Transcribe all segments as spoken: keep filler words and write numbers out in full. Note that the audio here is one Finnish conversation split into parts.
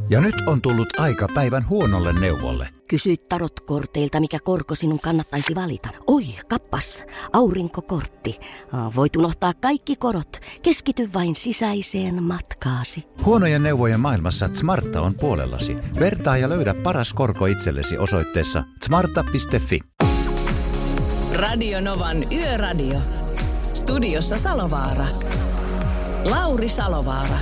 Ja nyt on tullut aika päivän huonolle neuvolle. Kysy tarotkorteilta, mikä korko sinun kannattaisi valita. Oi, kappas, aurinkokortti. Voit unohtaa kaikki korot. Keskity vain sisäiseen matkaasi. Huonojen neuvojen maailmassa Smarta on puolellasi. Vertaa ja löydä paras korko itsellesi osoitteessa smarta piste fi. Radio Novan Yöradio. Studiossa Salovaara. Lauri Salovaara.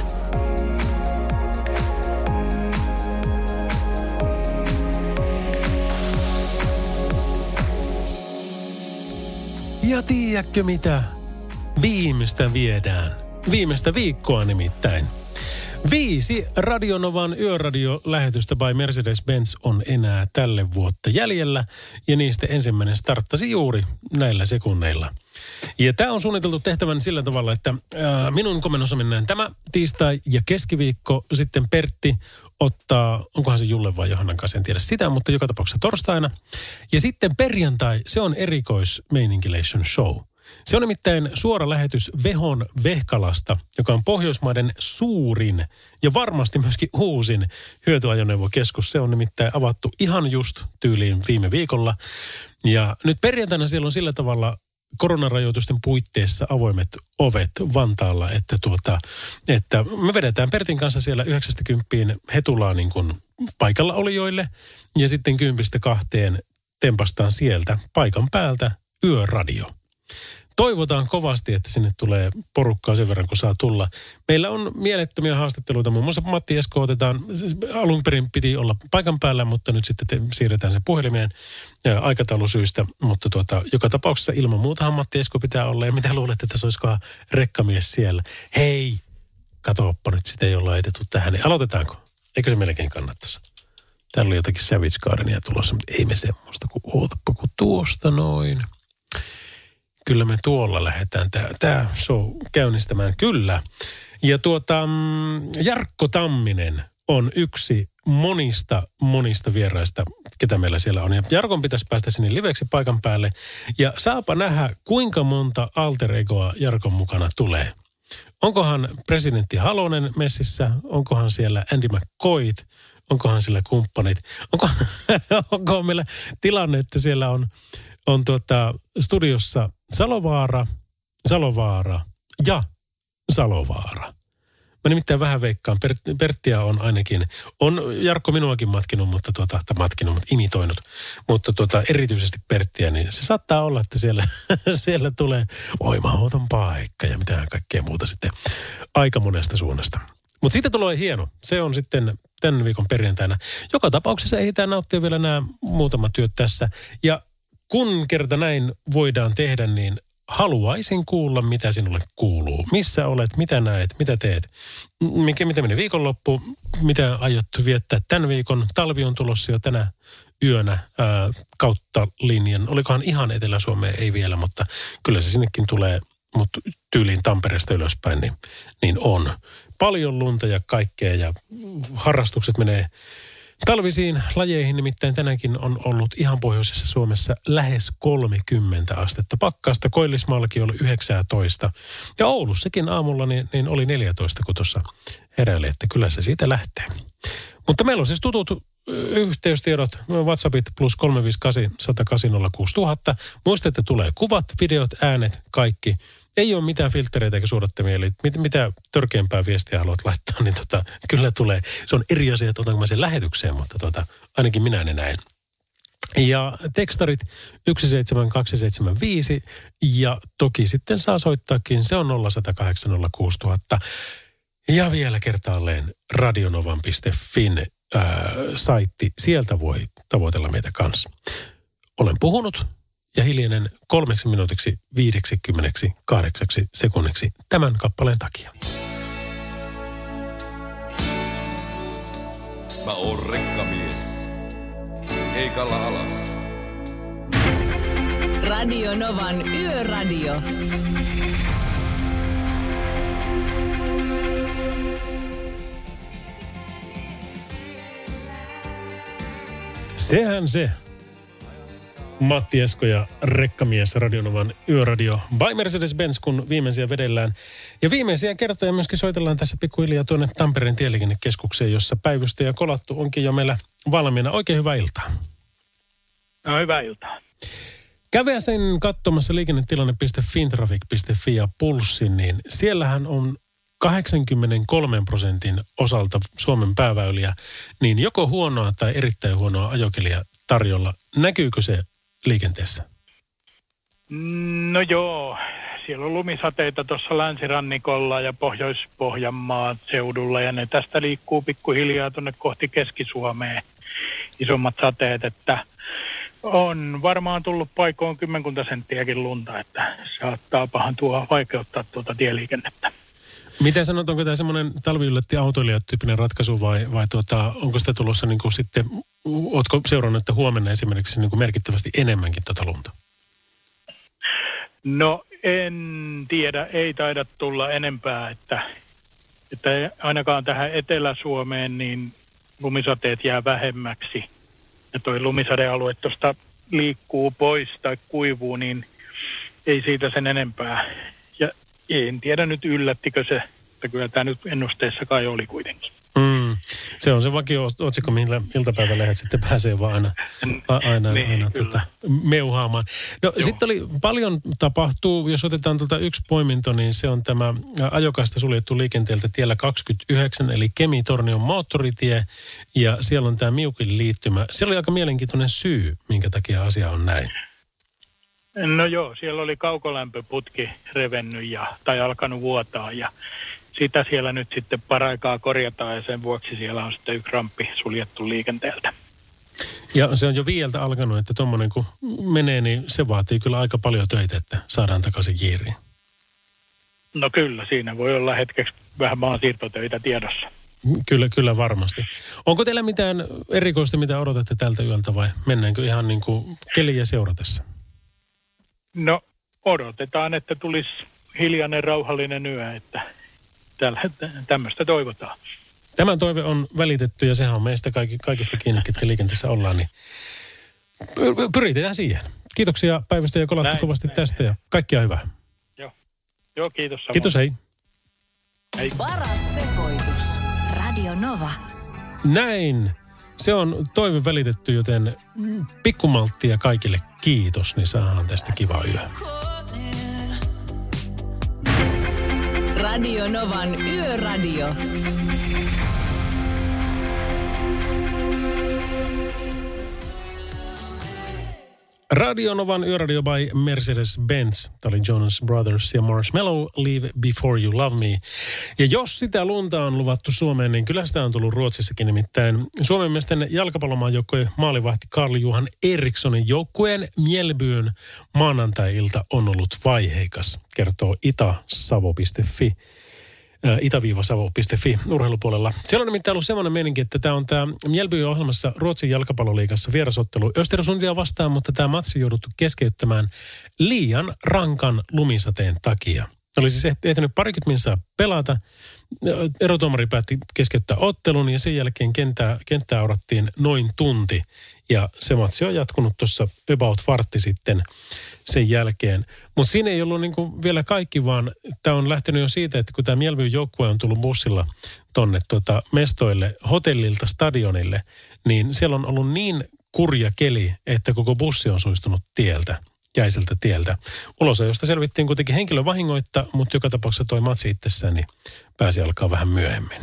Ja tiedätkö mitä? Viimeistä viedään. Viimeistä viikkoa nimittäin. Viisi Radionovan yöradiolähetystä by Mercedes-Benz on enää tälle vuotta jäljellä. Ja niistä ensimmäinen starttasi juuri näillä sekunneilla. Ja tämä on suunniteltu tehtävän sillä tavalla, että ää, minun komennossa mennään tämä tiistai ja keskiviikko. Sitten Pertti ottaa, onkohan se Julle vai Johannan kanssa, en tiedä sitä, mutta joka tapauksessa torstaina. Ja sitten perjantai, se on erikoismeininkilation show. Se on nimittäin suora lähetys Vehon Vehkalasta, joka on Pohjoismaiden suurin ja varmasti myöskin uusin hyötyajoneuvokeskus. Se on nimittäin avattu ihan just tyyliin viime viikolla. Ja nyt perjantaina siellä on sillä tavalla koronarajoitusten puitteissa avoimet ovet Vantaalla, että, tuota, että me vedetään Pertin kanssa siellä yhdeksästä kymppiin Hetulaa niin kuin paikalla olijoille ja sitten kympistä kahteen tempastaan sieltä paikan päältä yöradio. Toivotaan kovasti, että sinne tulee porukkaa sen verran, kun saa tulla. Meillä on mielettömiä haastatteluita. Muun muassa Matti Esko otetaan, alun perin piti olla paikan päällä, mutta nyt sitten te, siirretään sen puhelimeen ää, aikataulusyistä. Mutta tuota, joka tapauksessa ilman muutahan Matti Esko pitää olla. Ja mitä luulet, että se olisikohan rekkamies siellä? Hei, katoppa nyt, sitä ei olla etetty tähän. Niin aloitetaanko? Eikö se melkein kannattaisi? Täällä oli jotakin Savage Gardenia tulossa, mutta ei me semmoista kuin ootapa kuin tuosta noin. Kyllä me tuolla lähdetään tämä show käynnistämään, kyllä. Ja tuota, Jarkko Tamminen on yksi monista, monista vieraista, ketä meillä siellä on. Ja Jarkon pitäisi päästä sinne liveksi paikan päälle. Ja saapa nähdä, kuinka monta alter egoa Jarkon mukana tulee. Onkohan presidentti Halonen messissä? Onkohan siellä Andy McCoyt? Onkohan siellä kumppanit? Onko, onko meillä tilanne, että siellä on... On tuota, studiossa Salovaara, Salovaara ja Salovaara. Mä nimittäin vähän veikkaan. Per- Perttiä on ainakin, on Jarkko minuakin matkinut, mutta tuota, matkinut, mutta imitoinut. Mutta tuota, erityisesti Perttiä, niin se saattaa olla, että siellä, siellä tulee voimahauton paikka ja mitään kaikkea muuta sitten aika monesta suunnasta. Mutta siitä tulee hieno. Se on sitten tämän viikon perjantaina. Joka tapauksessa ehditään nauttia vielä nämä muutamat työt tässä. Ja kun kerta näin voidaan tehdä, niin haluaisin kuulla, mitä sinulle kuuluu. Missä olet, mitä näet, mitä teet, mikä, mitä meni viikonloppu, mitä aiot viettää tämän viikon. Talvi on tulossa jo tänä yönä ää, kautta linjan. Olikohan ihan Etelä-Suomeen, ei vielä, mutta kyllä se sinnekin tulee, mutta tyyliin Tampereesta ylöspäin, niin, niin on. Paljon lunta ja kaikkea ja harrastukset menee talvisiin lajeihin, nimittäin tänäänkin on ollut ihan pohjoisessa Suomessa lähes kolmekymmentä astetta. Pakkasta Koillismaallakin oli yhdeksäntoista. Ja Oulussakin aamulla niin, niin oli neljätoista, kun tuossa heräili, että kyllä se siitä lähtee. Mutta meillä on siis tutut yhteystiedot, WhatsAppit plus kolme viisi kahdeksan, sata kahdeksan nolla kuusi tuhatta. Muista, että tulee kuvat, videot, äänet, kaikki. Ei ole mitään filtreitä eikä suodattamia, eli mit, mitä törkeämpää viestiä haluat laittaa, niin tota, kyllä tulee. Se on eri asia, että otanko mä sen lähetykseen, mutta tota, ainakin minä ne näen. Ja tekstarit yksi seitsemän kaksi seitsemän viisi ja toki sitten saa soittaakin, se on nolla yksi nolla kahdeksan nolla kuusi tuhatta. Ja vielä kertaalleen radionovan piste fin ää, saitti, sieltä voi tavoitella meitä kanssa. Olen puhunut. Ja hiljainen kolmeksi minuutiksi viideksikymmeneksi kahdeksaksi sekunniksi tämän kappaleen takia. Mä oon rekkamies. Keikalla alas. Radio Novan Yöradio. Sehän se. Matti Esko ja Rekkamies Radionovan Yöradio by Mercedes-Benz, kun viimeisiä vedellään. Ja viimeisiä kertoja myöskin soitellaan tässä pikkuhiljaa tuonne Tampereen tieliikennekeskukseen, jossa päivystäjä Kolattu onkin jo meillä valmiina. Oikein hyvää iltaa. No, hyvää iltaa. Käveä sen katsomassa liikennetilanne piste fintraffic piste fi ja Pulssin, niin siellähän on kahdeksankymmentäkolme prosentin osalta Suomen pääväyliä, niin joko huonoa tai erittäin huonoa ajokelia tarjolla. Näkyykö se liikenteessä? No joo, siellä on lumisateita tuossa länsirannikolla ja Pohjois-Pohjanmaan seudulla ja ne tästä liikkuu pikkuhiljaa tuonne kohti Keski-Suomeen isommat sateet, että on varmaan tullut paikoon kymmenkunta senttiäkin lunta, että saattaa pahan tuo vaikeuttaa tuota tieliikennettä. Mitä sanot, onko tämä semmoinen talviyllätti autoilijat-tyyppinen ratkaisu vai, vai tuota, onko sitä tulossa niin kuin sitten, ootko seurannut, että huomenna esimerkiksi niin kuin merkittävästi enemmänkin tuota lunta? No en tiedä, ei taida tulla enempää, että, että ainakaan tähän Etelä-Suomeen niin lumisateet jää vähemmäksi. Ja toi lumisadealue tuosta liikkuu pois tai kuivuu, niin ei siitä sen enempää. Ja en tiedä nyt yllättikö se, että kyllä tämä nyt ennusteessa kai oli kuitenkin. Mm. Se on se vakio-otsikko, millä iltapäivälehdet sitten pääsee vaan aina, aina, niin, aina tuota, meuhaamaan. No sitten oli paljon tapahtuu, jos otetaan tuota yksi poiminto, niin se on tämä ajokaista suljettu liikenteeltä tiellä kaksikymmentäyhdeksän, eli Kemi-Tornion moottoritie, ja siellä on tämä Miukin liittymä. Siellä oli aika mielenkiintoinen syy, minkä takia asia on näin. No joo, siellä oli kaukolämpöputki revennyt ja, tai alkanut vuotaa ja sitä siellä nyt sitten paraikaa korjataan ja sen vuoksi siellä on sitten yksi ramppi suljettu liikenteeltä. Ja se on jo viieltä alkanut, että tuommoinen kun menee, niin se vaatii kyllä aika paljon töitä, että saadaan takaisin kiiriin. No kyllä, siinä voi olla hetkeksi vähän maansiirtotöitä tiedossa. Kyllä, kyllä varmasti. Onko teillä mitään erikoista, mitä odotatte tältä yöltä vai mennäänkö ihan niin kuin keliä seuratessa? No odotetaan, että tulisi hiljainen, rauhallinen yö, että tämmöistä toivotaan. Tämä toive on välitetty ja sehän on meistä kaikki, kaikista kiinni, ketkä liikenteessä ollaan, niin pyritään siihen. Kiitoksia päivystäjä Kolattu näin, kovasti näin, tästä näin. Ja kaikkia hyvää. Joo, Joo kiitos samoin. Kiitos, hei. Hei. Paras sekoitus. Radio Nova. Näin. Se on toive välitetty, joten pikkumalttia kaikille kiitos, niin saadaan tästä kiva yö. Radio Novan Yöradio. Radio Novan Yöradio by Mercedes-Benz. Tämä oli Jonas Brothers ja Marshmallow, Leave Before You Love Me. Ja jos sitä lunta on luvattu Suomeen, niin kyllä sitä on tullut Ruotsissakin. Nimittäin Suomen miesten jalkapallomaajoukkueen maalivahti Karl-Johan Erikssonin joukkueen Mjällbyn maanantai-ilta on ollut vaiheikas, kertoo itasavo piste fi. itä-savo piste fi urheilupuolella. Siellä on nimittäin ollut semmoinen meininki, että tämä on tämä Mjällbyn ohjelmassa Ruotsin jalkapalloliigassa vierasottelu Östersundia vastaan, mutta tämä matsi jouduttu keskeyttämään liian rankan lumisateen takia. Oli siis ehtinyt parikymmentä minsaa pelata. Erotuomari päätti keskeyttää ottelun ja sen jälkeen kenttää, kenttää aurattiin noin tunti. Ja se matsi on jatkunut tuossa about vartti sitten sen jälkeen. Mutta siinä ei ollut niinku vielä kaikki, vaan tämä on lähtenyt jo siitä, että kun tämä Mjällbyn joukkue on tullut bussilla tonne tuota mestoille, hotellilta stadionille, niin siellä on ollut niin kurja keli, että koko bussi on suistunut tieltä, jäiseltä tieltä. Ulos, josta selvittiin kuitenkin henkilövahingoitta, mutta joka tapauksessa toi matsi itsessään, niin pääsi alkaa vähän myöhemmin.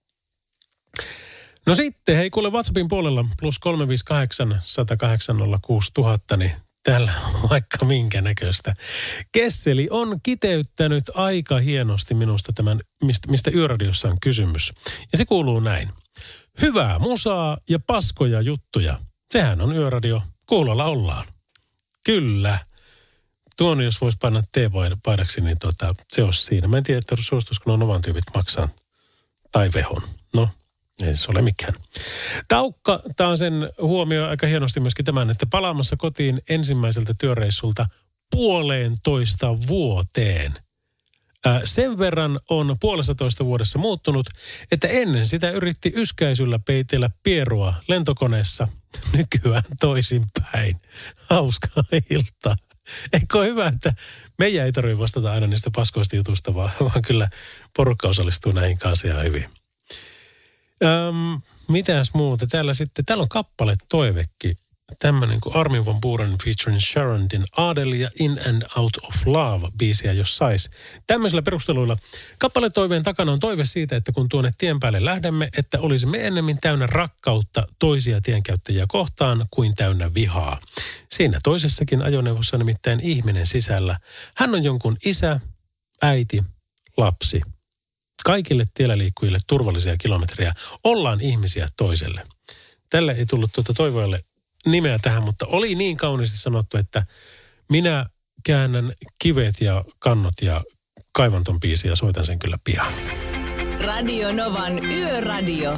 No sitten, hei kuule WhatsAppin puolella plus kolme viisi kahdeksan, yksi nolla kahdeksan, nolla kuusi tuhatta, niin täällä on vaikka minkä näköistä. Kesseli on kiteyttänyt aika hienosti minusta tämän, mistä, mistä Yöradiossa on kysymys. Ja se kuuluu näin. Hyvää musaa ja paskoja juttuja. Sehän on Yöradio. Kuulolla ollaan. Kyllä. Tuon jos voisi panna T-paidaksi, niin tota, se olisi siinä. Mä en tiedä, että suostuisiko nuo Novan tyypit maksaa tai vehon. No. Ei se ole mikään. Taukka taas sen huomioi aika hienosti myöskin tämän, että palaamassa kotiin ensimmäiseltä työreissulta puoleentoista vuoteen. Sen verran on puolestatoista vuodessa muuttunut, että ennen sitä yritti yskäisyllä peitellä pierua lentokoneessa, nykyään toisinpäin. Hauskaa iltaa. Eikö ole hyvä, että meidän ei tarvitse vastata aina niistä paskoista jutusta, vaan, vaan kyllä porukka osallistuu näihin kanssa ihan hyvin. Öm, mitäs muuta? Täällä sitten, täällä on kappale toivekki. Tämmöinen kuin Armin van Buuren featuring Sharontin Adelia In and Out of Love -biisiä, jos sais. Tämmöisillä perusteluilla kappale toiveen takana on toive siitä, että kun tuonne tien päälle lähdemme, että olisimme ennemmin täynnä rakkautta toisia tienkäyttäjiä kohtaan kuin täynnä vihaa. Siinä toisessakin ajoneuvossa nimittäin ihminen sisällä. Hän on jonkun isä, äiti, lapsi. Kaikille tiellä liikkujille turvallisia kilometrejä. Ollaan ihmisiä toiselle. Tälle ei tullut tuota toivojalle nimeä tähän, mutta oli niin kauniisti sanottu, että minä käännän kivet ja kannot ja kaivan ton biisin ja soitan sen kyllä pian. Radio Novan Yöradio.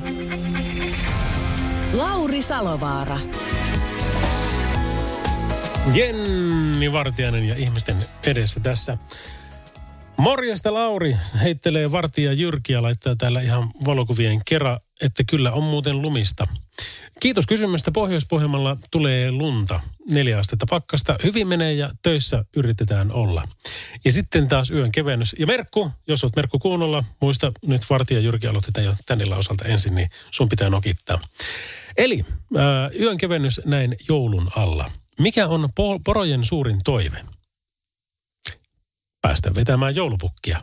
Lauri Salovaara. Jenni Vartiainen ja ihmisten edessä tässä. Morjesta Lauri, heittelee Vartija Jyrki ja laittaa täällä ihan valokuvien kera, että kyllä on muuten lumista. Kiitos kysymästä. Pohjois-Pohjanmaalla tulee lunta, neljä astetta pakkasta. Hyvin menee ja töissä yritetään olla. Ja sitten taas yön kevennys. Ja Merkku, jos olet Merkku kuunnella, muista nyt Vartija Jyrki aloitetaan jo tänillä osalta ensin, niin sun pitää nokittaa. Eli ää, yön kevennys näin joulun alla. Mikä on po- porojen suurin toive? Päästä vetämään joulupukkia.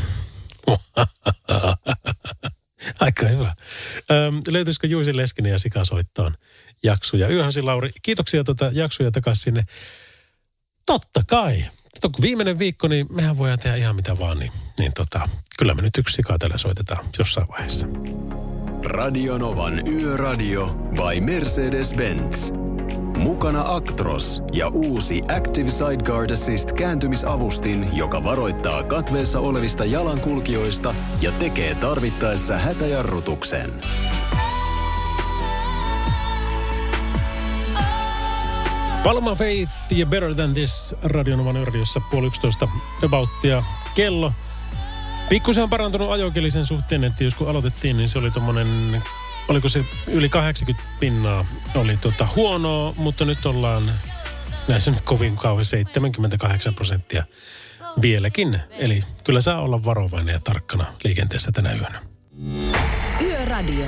Aika hyvä. Öm, löytyisikö Juisi Leskinen ja Sikasoittoon jaksoja? Yöhäsi Lauri, kiitoksia tuota jaksoja takaisin sinne. Totta kai. Kato, kun viimeinen viikko, niin mehän voidaan tehdä ihan mitä vaan. Niin, niin tota, kyllä me nyt yksi Sikaa täällä soitetaan jossain vaiheessa. Radio Novan Yöradio by Mercedes-Benz. Mukana Actros ja uusi Active Sideguard Assist kääntymisavustin, joka varoittaa katveessa olevista jalankulkijoista ja tekee tarvittaessa hätäjarrutuksen. Palma Faith ja Better Than This Radio Novan Yöradiossa puoli yksitoista abouttia kello. Pikkusen on parantunut ajokelisen suhteen, että jos kun aloitettiin, niin se oli tommonen, oliko se yli kahdeksankymmentä pinnaa, oli tota huonoa, mutta nyt ollaan, näissä nyt kovin kauan, seitsemänkymmentäkahdeksan prosenttia vieläkin. Eli kyllä saa olla varovainen ja tarkkana liikenteessä tänä yönä. Yöradio.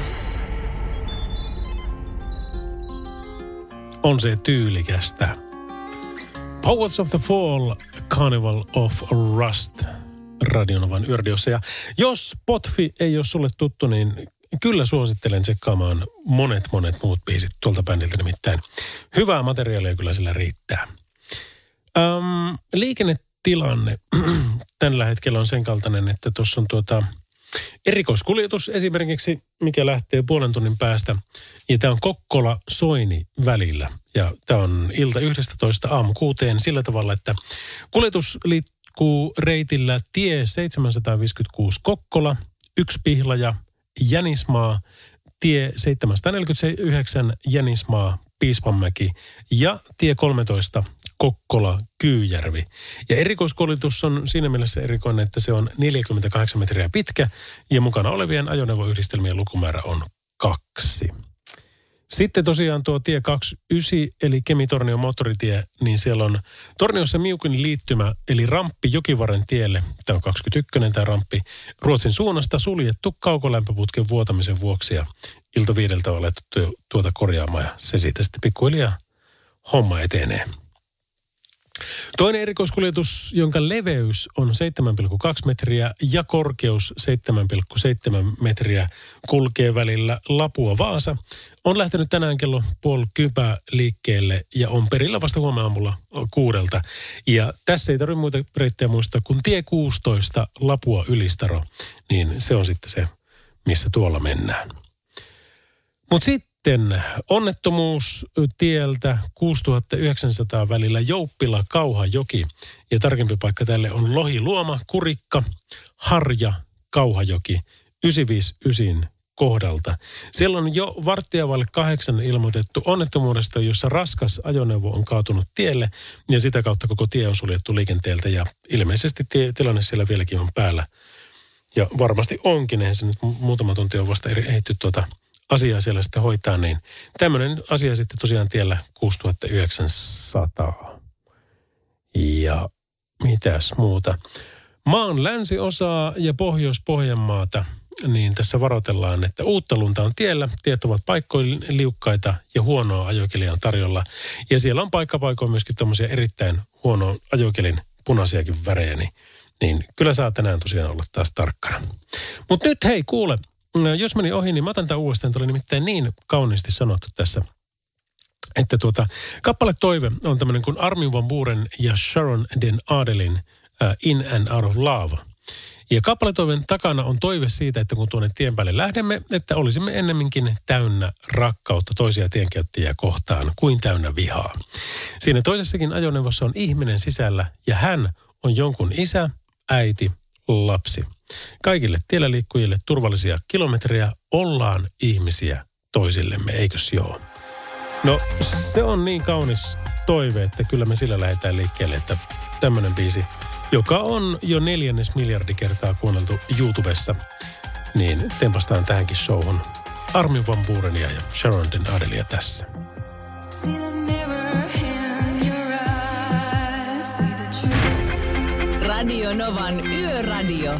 On se tyylikästä. Poets of the Fall, Carnival of Rust. Radio Novan Yöradiossa. Ja jos Potfi ei ole sulle tuttu, niin kyllä suosittelen tsekkaamaan monet, monet muut biisit tuolta bändiltä, nimittäin hyvää materiaalia kyllä sillä riittää. Ähm, liikennetilanne tällä hetkellä on sen kaltainen, että tuossa on tuota erikoiskuljetus esimerkiksi, mikä lähtee puolen tunnin päästä. Ja tämä on Kokkola-Soini välillä. Ja tämä on ilta yksitoista aamu kuuteen sillä tavalla, että kuljetus liittyy reitillä tie seitsemänsataaviisikymmentäkuusi Kokkola, yksi Pihlaja, Jänismaa, tie seitsemänsataaneljäkymmentäyhdeksän Jänismaa, Piispanmäki ja tie kolmetoista Kokkola, Kyyjärvi. Ja erikoiskuljetus on siinä mielessä erikoinen, että se on neljäkymmentäkahdeksan metriä pitkä ja mukana olevien ajoneuvoyhdistelmien lukumäärä on kaksi. Sitten tosiaan tuo tie kaksikymmentäyhdeksän, eli Kemi-Tornio moottoritie, niin siellä on Torniossa miukin liittymä, eli ramppi Jokivarren tielle. Tämä on kaksikymmentäyksi tämä ramppi. Ruotsin suunnasta suljettu kaukolämpöputken vuotamisen vuoksi ja ilta viideltä on alettu tuota korjaamaan ja se siitä sitten pikkuhiljaa homma etenee. Toinen erikoiskuljetus, jonka leveys on seitsemän pilkku kaksi metriä ja korkeus seitsemän pilkku seitsemän metriä, kulkee välillä Lapua-Vaasa, on lähtenyt tänään kello puoli kypää liikkeelle ja on perillä vasta huomenaamulla kuudelta. Ja tässä ei tarvitse muita reittejä muistaa kuin tie kuusitoista Lapua-Ylistaro, niin se on sitten se, missä tuolla mennään. Mutta sitten onnettomuus tieltä kuusituhattayhdeksänsataa välillä Jouppila-Kauhajoki. Ja tarkempi paikka tälle on Lohiluoma, Kurikka, Harja, Kauhajoki, yhdeksänsataaviisikymmentäyhdeksän kohdalta. Siellä on jo varttia vaille kahdeksan ilmoitettu onnettomuudesta, jossa raskas ajoneuvo on kaatunut tielle ja sitä kautta koko tie on suljettu liikenteeltä ja ilmeisesti tie, tilanne siellä vieläkin on päällä. Ja varmasti onkin, eihän se nyt muutama tunti on vasta ehditty tuota asiaa siellä sitten hoitaa, niin tämmöinen asia sitten tosiaan tiellä kuusituhattayhdeksänsataa. Ja mitäs muuta? Maan länsiosaa ja Pohjois-Pohjanmaata, niin tässä varoitellaan, että uutta lunta on tiellä, tiet ovat paikkoin liukkaita ja huonoa ajokelia on tarjolla. Ja siellä on paikkapaikoin myöskin tämmöisiä erittäin huonoa ajokelin punaisiakin värejä, niin, niin kyllä saa tänään tosiaan olla taas tarkkana. Mutta nyt hei, kuule, jos meni ohi, niin mä otan tämän uudestaan, tuli nimittäin niin kauniisti sanottu tässä, että tuota, kappale Toive on tämmöinen kuin Armin van Buuren ja Sharon den Adelin uh, In and Out of Love. Ja kappaletoiven takana on toive siitä, että kun tuonne tien päälle lähdemme, että olisimme ennemminkin täynnä rakkautta toisia tienkäyttäjiä kohtaan kuin täynnä vihaa. Siinä toisessakin ajoneuvossa on ihminen sisällä ja hän on jonkun isä, äiti, lapsi. Kaikille tiellä liikkujille turvallisia kilometrejä, ollaan ihmisiä toisillemme, eikös joo? No se on niin kaunis toive, että kyllä me sillä lähdetään liikkeelle, että tämmöinen biisi, joka on jo neljännes miljardi kertaa kuunneltu YouTubessa, niin tempastaan tähänkin showhun Armin van Buurenia ja Sharon den Adelia tässä. Radio Novan Yöradio.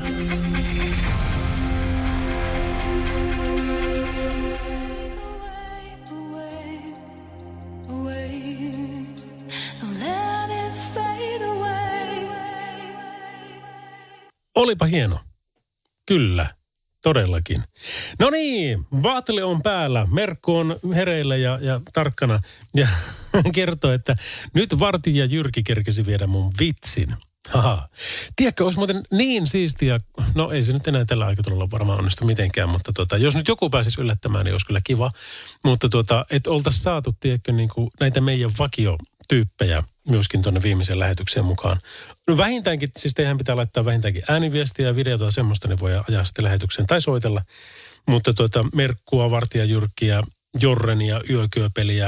Olipa hieno. Kyllä, todellakin. No niin, vaateli on päällä, Merkku on hereillä ja, ja tarkkana ja kertoo, että nyt Varti ja Jyrki kerkesi viedä mun vitsin. Haha. Tiedätkö, olisi muuten niin siistiä, no ei se nyt enää tällä aikataululla varmaan onnistu mitenkään, mutta tota, jos nyt joku pääsisi yllättämään, niin olisi kyllä kiva. Mutta tota, että oltaisiin saatu, tiedätkö, niin kuin näitä meidän vakiotyyppejä myöskin tuonne viimeiseen lähetykseen mukaan. No vähintäänkin, siis teidän pitää laittaa vähintäänkin ääniviestiä ja videota ja semmoista, niin voi ajaa sitten lähetykseen tai soitella. Mutta tuota, Merkkua, Vartia, Jyrkkiä, Jorrenia, Yökyöpeliä,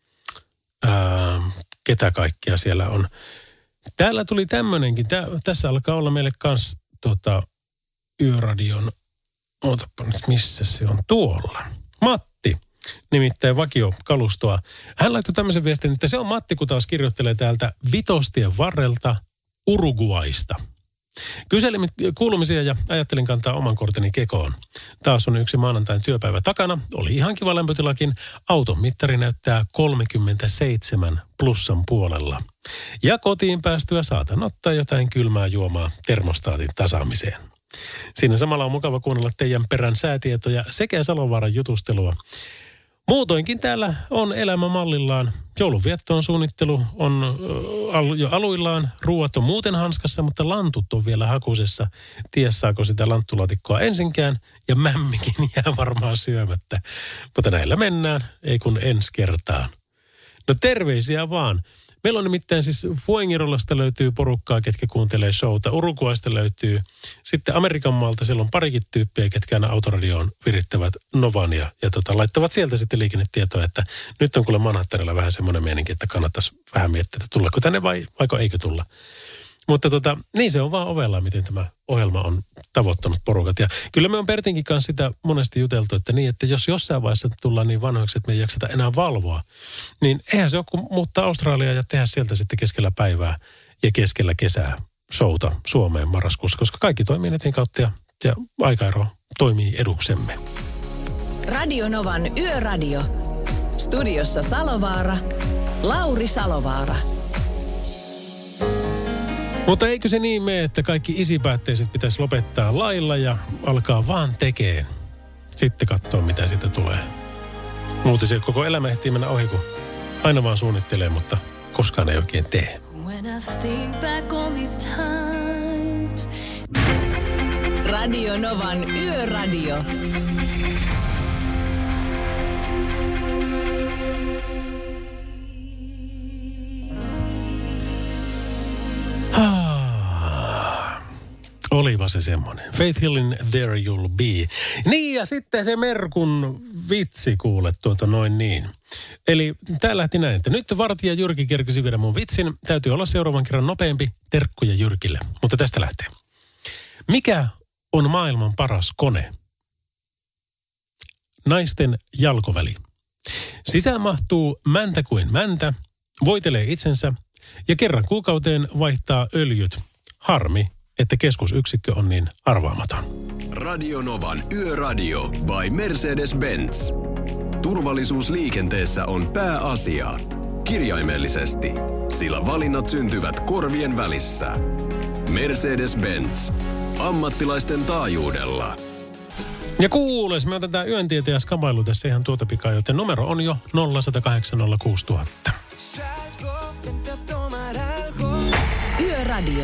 ää, ketä kaikkia siellä on. Täällä tuli tämmönenkin, Tää, tässä alkaa olla meille kans tota, Yöradion, ootapa nyt missä se on, tuolla. Matti, nimittäin vakiokalustoa. Hän laittoi tämmöisen viestin, että se on Matti, kun taas kirjoittelee täältä Vitostien varrelta Uruguaista. Kyselin kuulumisia ja ajattelin kantaa oman korteni kekoon. Taas on yksi maanantain työpäivä takana. Oli ihan kiva lämpötilakin. Auton mittari näyttää kolmekymmentäseitsemän plussan puolella. Ja kotiin päästyä saatan ottaa jotain kylmää juomaa termostaatin tasaamiseen. Siinä samalla on mukava kuunnella teidän perän säätietoja sekä Salovaaran jutustelua. Muutoinkin täällä on elämä mallillaan. Joulunviettoon suunnittelu on jo aluillaan. Ruuat on muuten hanskassa, mutta lantut on vielä hakusessa. Ties saako sitä lanttulaatikkoa ensinkään. Ja mämmikin jää varmaan syömättä. Mutta näillä mennään, ei kun ensi kertaan. No terveisiä vaan. Meillä on nimittäin siis Fuengirolasta löytyy porukkaa, ketkä kuuntelee showta. Uruguaista löytyy. Sitten Amerikan maalta siellä on parikin tyyppiä, ketkä aina autoradioon virittävät Novan ja, ja tota, laittavat sieltä sitten liikennetietoa, että nyt on kuule Manhattanilla vähän semmoinen meininki, että kannattaisi vähän miettiä, että tullako tänne vai vaiko eikö tulla. Mutta tota, niin se on vaan ovella, miten tämä ohjelma on tavoittanut porukat. Ja kyllä me on Pertinkin kanssa sitä monesti juteltu, että niin, että jos jossain vaiheessa tullaan niin vanhoiksi, että me ei jakseta enää valvoa, niin eihän se ole kuin muuttaa Australiaan ja tehdä sieltä sitten keskellä päivää ja keskellä kesää showta Suomeen marraskuussa, koska kaikki toimii netin kautta ja, ja aikaero toimii eduksemme. Radio Novan Yöradio. Studiossa Salovaara, Lauri Salovaara. Mutta eikö se niin mene, että kaikki isipäätteiset pitäisi lopettaa lailla ja alkaa vaan tekee. Sitten katsoa, mitä siitä tulee. Muuten se koko elämä ehtii mennä ohi, kun aina vaan suunnittelee, mutta koskaan ei oikein tee. Radio Novan Yöradio. Olipa se semmoinen. Faith Hillin There You'll Be. Niin ja sitten se Merkun vitsi kuule tuota noin niin. Eli tää lähti näin, että nyt vartija Jyrki kerkisi viedä mun vitsin. Täytyy olla seuraavan kerran nopeampi. Terkkuja Jyrkille. Mutta tästä lähtee. Mikä on maailman paras kone? Naisten jalkoväli. Sisään mahtuu mäntä kuin mäntä, voitelee itsensä ja kerran kuukauteen vaihtaa öljyt. Harmi, että keskusyksikkö on niin arvaamaton. Radio Novan Yöradio by Mercedes-Benz. Turvallisuus liikenteessä on pääasia. Kirjaimellisesti, sillä valinnat syntyvät korvien välissä. Mercedes-Benz. Ammattilaisten taajuudella. Ja kuules, me otetaan yöntieteen ja skabailu tässä ihan tuota pikaa, joten numero on jo nolla yksi nolla kahdeksan nolla kuusi nolla nolla nolla. Yöradio.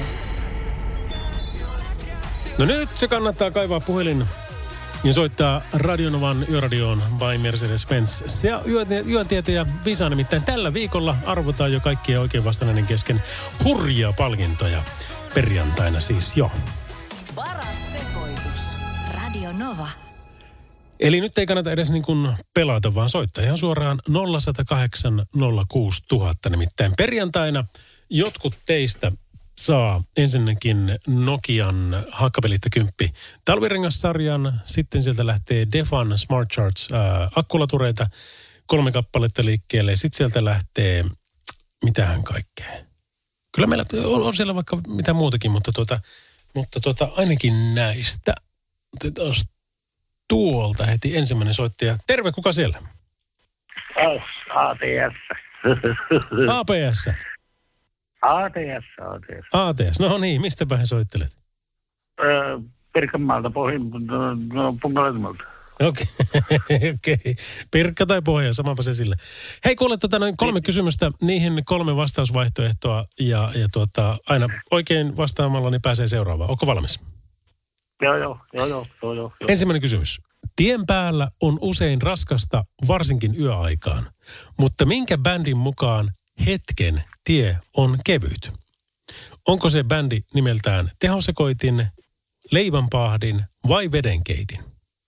No nyt se kannattaa kaivaa puhelin ja soittaa Radionovan Yöradioon by Mercedes-Benz. Se yöntieteen ja visa nimittäin tällä viikolla arvotaan jo kaikkien oikein vastanneiden kesken hurjia palkintoja. Perjantaina siis jo. Paras sekoitus. Radio Nova. Eli nyt ei kannata edes niin kuin pelata, vaan soittaa ihan suoraan nolla yksi nolla kahdeksan nolla kuusi nolla nolla nolla. Nimittäin perjantaina jotkut teistä saa ensinnäkin Nokian hakkapelitta kymppi talvirengassarjan. Sitten sieltä lähtee Defan Smart Charge äh, akkulatureita, kolme kappaletta liikkeelle. Sitten sieltä lähtee, mitähän kaikkea. Kyllä meillä on siellä vaikka mitä muutakin, mutta, tuota, mutta tuota, ainakin näistä. Otetaan tuolta heti ensimmäinen soittaja. Terve, kuka siellä? A T S. A P S. A T S, A T S. A T S, no niin, mistäpä he soittelet? Öö, Pirkanmaalta, Pohjin, no, no Punkalentumaalta. Okei, okay. okay. Pirkka tai Pohja, samapa se sille. Hei, kuule tota, noin kolme kysymystä, niihin kolme vastausvaihtoehtoa ja, ja tuota, aina oikein vastaamalla niin pääsee seuraavaan. Onko valmis? Joo, joo, joo, joo, joo, joo. Ensimmäinen kysymys. Tien päällä on usein raskasta, varsinkin yöaikaan, mutta minkä bändin mukaan hetken tie on kevyt? Onko se bändi nimeltään Tehosekoitin, Leivänpahdin vai Vedenkeitin?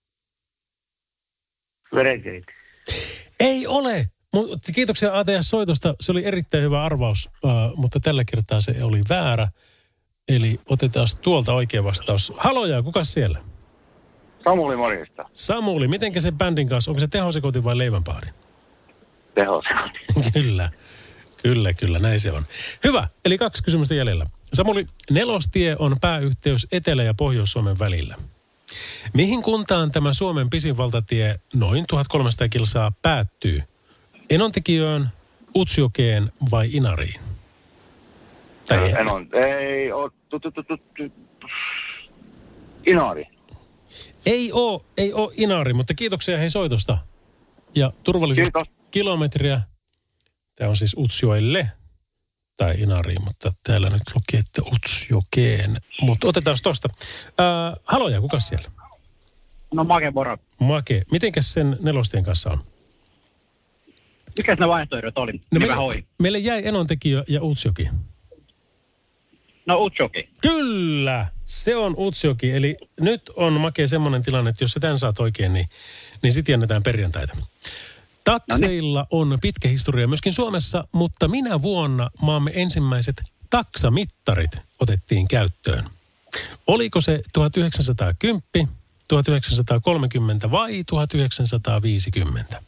Vedenkeitin. Ei ole. Kiitoksia A T S-soitosta. Se oli erittäin hyvä arvaus, uh, mutta tällä kertaa se oli väärä. Eli otetaan tuolta oikea vastaus. Haloja, kuka siellä? Samuli morjesta. Samuli, mitenkä se bändin kanssa? Onko se Tehosekoitin vai Leivänpahdin? Tehosekoitin. Kyllä, kyllä, kyllä, näin se on. Hyvä, eli kaksi kysymystä jäljellä. Samuli, nelostie on pääyhteys Etelä- ja Pohjois-Suomen välillä. Mihin kuntaan tämä Suomen pisin valtatie noin tuhatkolmesataa kilsaa päättyy? Enontekiöön, Utsjokeen vai Inariin? Tai Enon, ei oo, tu, tu, tu, tu, tu. Inari. Ei oo, ei oo Inari, mutta kiitoksia hei soitosta. Ja turvallisia Kiitos. Kilometriä. Tämä on siis Utsjoelle tai Inariin, mutta täällä nyt luki, että Utsjokeen. Mutta otetaan tosta. Äh, haloja, kuka siellä? No Make Moro. Make. Mitenkäs sen nelostien kanssa on? Mikäs ne vaihtoehdot oli? No Niin meille, meille jäi Enontekijö ja Utsjoki. No Utsjoki. Kyllä, se on Utsjoki. Eli nyt on Make semmoinen tilanne, että jos sä tämän saat oikein, niin, niin sit jännetään perjantaita. Takseilla on pitkä historia myöskin Suomessa, mutta minä vuonna maamme ensimmäiset taksamittarit otettiin käyttöön? Oliko se tuhatyhdeksänsataakymmenen, tuhatyhdeksänsataakolmekymmentä vai tuhatyhdeksänsataaviisikymmentä?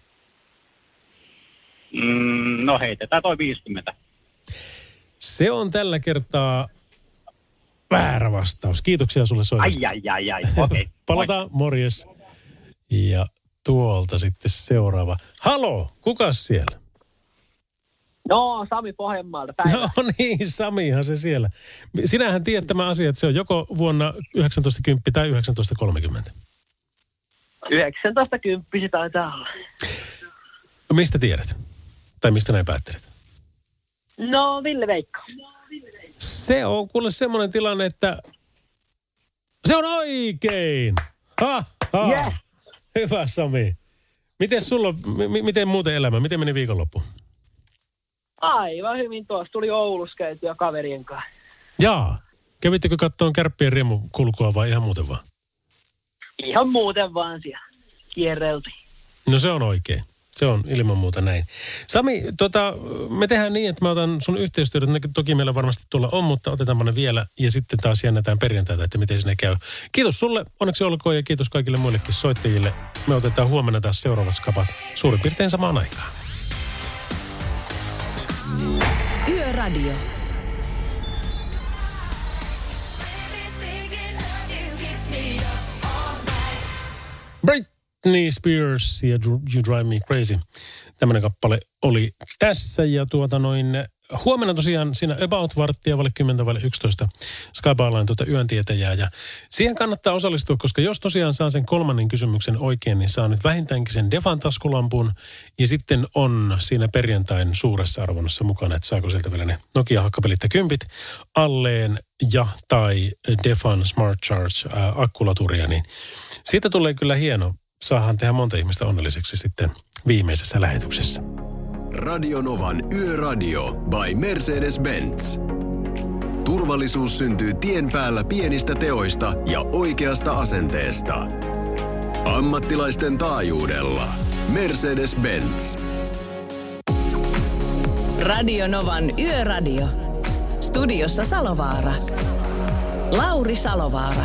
Mm, no heitetään toi viisikymmentä. Se on tällä kertaa väärä vastaus. Kiitoksia sulle soitosta. Ai, ai, ai, ai. Okei. Okay. Palataan, morjes. Ja tuolta sitten seuraava. Halo, kukas siellä? No, Sami Pohjanmaalta. Päivä. No niin, Samihan se siellä. Sinähän tiedät tämä asia, että se on joko vuonna yhdeksäntoistakymmentä tai yhdeksäntoistakolmekymmentä. yhdeksäntoista kymmenen taitaa olla. No, mistä tiedät? Tai mistä näin päättelet? No, Ville Veikko. Se on kuule semmoinen tilanne, että se on oikein. Ha, ha. Yeah. Hyvä Sami. Miten sulla, m- miten muuten elämä? Miten meni viikonloppu? Aivan hyvin tuossa. Tuli Oulussa käytyä kaverien kanssa. Jaa. Kävittekö katsomaan Kärppien riemukulkua vai ihan muuten vaan? Ihan muuten vaan siellä kierreltiin. No se on oikein. Se on ilman muuta näin. Sami, tota, me tehdään niin, että mä otan sun yhteistyötä. Toki meillä varmasti tuolla on, mutta otetaan ne vielä. Ja sitten taas jännätään perjantaita, että miten sinne käy. Kiitos sulle, onneksi olkoon ja kiitos kaikille muillekin soittajille. Me otetaan huomenna taas seuraavat skapat suurin piirtein samaan aikaan. Yöradio. Britney Spears ja You Drive Me Crazy. Tämmöinen kappale oli tässä ja tuota noin huomenna tosiaan siinä about varttia vaille kymmentä vaille yksitoista Skybaalain tuota yöntietäjää ja siihen kannattaa osallistua, koska jos tosiaan saa sen kolmannen kysymyksen oikein, niin saa nyt vähintäänkin sen Defan taskulampun ja sitten on siinä perjantain suuressa arvonnassa mukana, että saako sieltä vielä ne Nokia-hakkapelit ja kympit alleen ja tai Defan Smart Charge ää, akkulaturia, niin siitä tulee kyllä hieno. Saahan tehdä monta ihmistä onnelliseksi sitten viimeisessä lähetyksessä. Radio Novan Yöradio by Mercedes-Benz. Turvallisuus syntyy tien päällä pienistä teoista ja oikeasta asenteesta. Ammattilaisten taajuudella Mercedes-Benz. Radio Novan Yöradio. Studiossa Salovaara. Lauri Salovaara.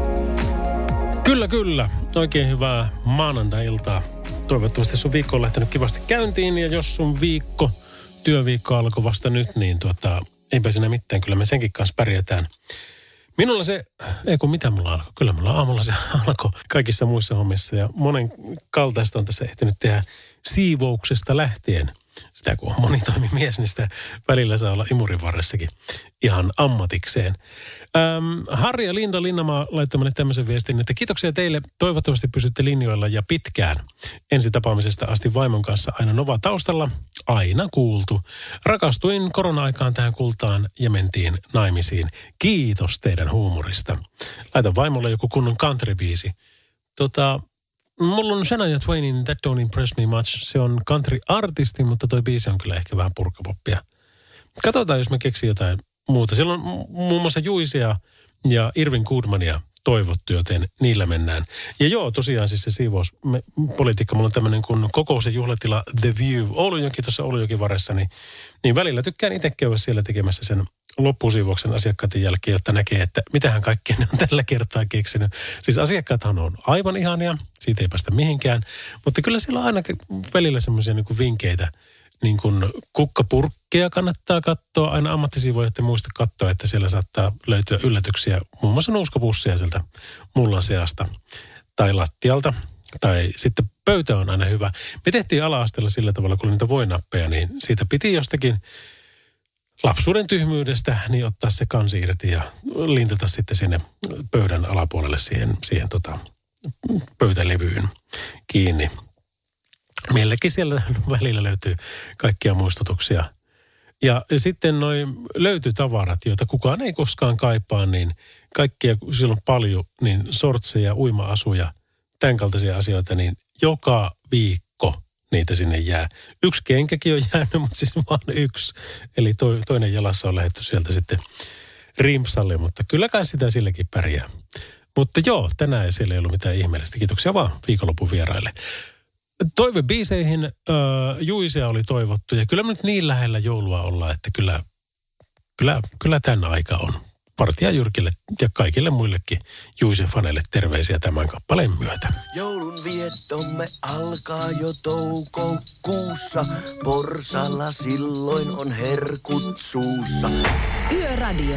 Kyllä, kyllä. Oikein hyvää maanantai-iltaa. Toivottavasti sun viikko on lähtenyt kivasti käyntiin ja jos sun viikko, työviikko alkoi vasta nyt, niin tuota, eipä siinä mitään. Kyllä me senkin kanssa pärjätään. Minulla se, ei kun mitä mulla alkoi, kyllä mulla aamulla se alkoi kaikissa muissa hommissa ja monen kaltaista on tässä ehtinyt tehdä siivouksesta lähtien. Sitä kun on monitoimimies, niin sitä välillä saa olla imurin varressakin ihan ammatikseen. Ähm, Harri ja Linda Linnamaa laittoi meille tämmöisen viestin, että kiitoksia teille. Toivottavasti pysytte linjoilla ja pitkään. Ensitapaamisesta asti vaimon kanssa aina Nova taustalla. Aina kuultu. Rakastuin korona-aikaan tähän kultaan ja mentiin naimisiin. Kiitos teidän huumorista. Laitan vaimolle joku kunnon country-biisi. Tota, mulla on Shania Twainin That Don't Impress Me Much. Se on country-artisti, mutta toi biisi on kyllä ehkä vähän purkapoppia. Katsotaan, jos me keksii jotain muuta. Siellä on muun muassa Juisia ja Irvin Goodmania toivottu, joten niillä mennään. Ja joo, tosiaan siis se siivouspolitiikka, mulla on tämmöinen kuin kokous- ja juhlatila The View Oulunjoki tuossa Oulunjokin varressa, niin, niin välillä tykkään itse käydä siellä tekemässä sen loppusiivouksen asiakkaiden jälkeen, jotta näkee, että mitähän kaikkea ne on tällä kertaa keksinyt. Siis asiakkaathan on aivan ihania, siitä ei päästä mihinkään, mutta kyllä siellä on aina välillä semmoisia niin kuin vinkkeitä, niin kuin kukkapurkkeja kannattaa katsoa. Aina ammattisiivoja, että muista katsoa, että siellä saattaa löytyä yllätyksiä. Muun muassa nuuskapusseja sieltä mullan seasta tai lattialta. Tai sitten pöytä on aina hyvä. Me tehtiin ala-asteella sillä tavalla, kun oli niitä voinappeja, niin siitä piti jostakin lapsuuden tyhmyydestä niin ottaa se kansi irti ja lintata sitten sinne pöydän alapuolelle siihen, siihen tota, pöytälevyyn kiinni. Meilläkin siellä välillä löytyy kaikkia muistutuksia. Ja sitten noin löytytavarat, joita kukaan ei koskaan kaipaa, niin kaikkia, siellä on paljon, niin sortseja, uima-asuja, tämän kaltaisia asioita, niin joka viikko niitä sinne jää. Yksi kenkäkin on jäänyt, mutta siis vaan yksi. Eli to, toinen jalassa on lähdetty sieltä sitten rimpsalle, mutta kyllä kai sitä silläkin pärjää. Mutta joo, tänään siellä ei ollut mitään ihmeellistä. Kiitoksia vaan viikonlopun vieraille. Toivebiiseihin äh, Juisia oli toivottu ja kyllä me nyt niin lähellä joulua ollaan, että kyllä, kyllä, kyllä tämän aika on. Partia Jyrkille ja kaikille muillekin Juise-faneille terveisiä tämän kappaleen myötä. Joulun viettomme alkaa jo toukokuussa. Porsalla silloin on herkut suussa. Yöradio.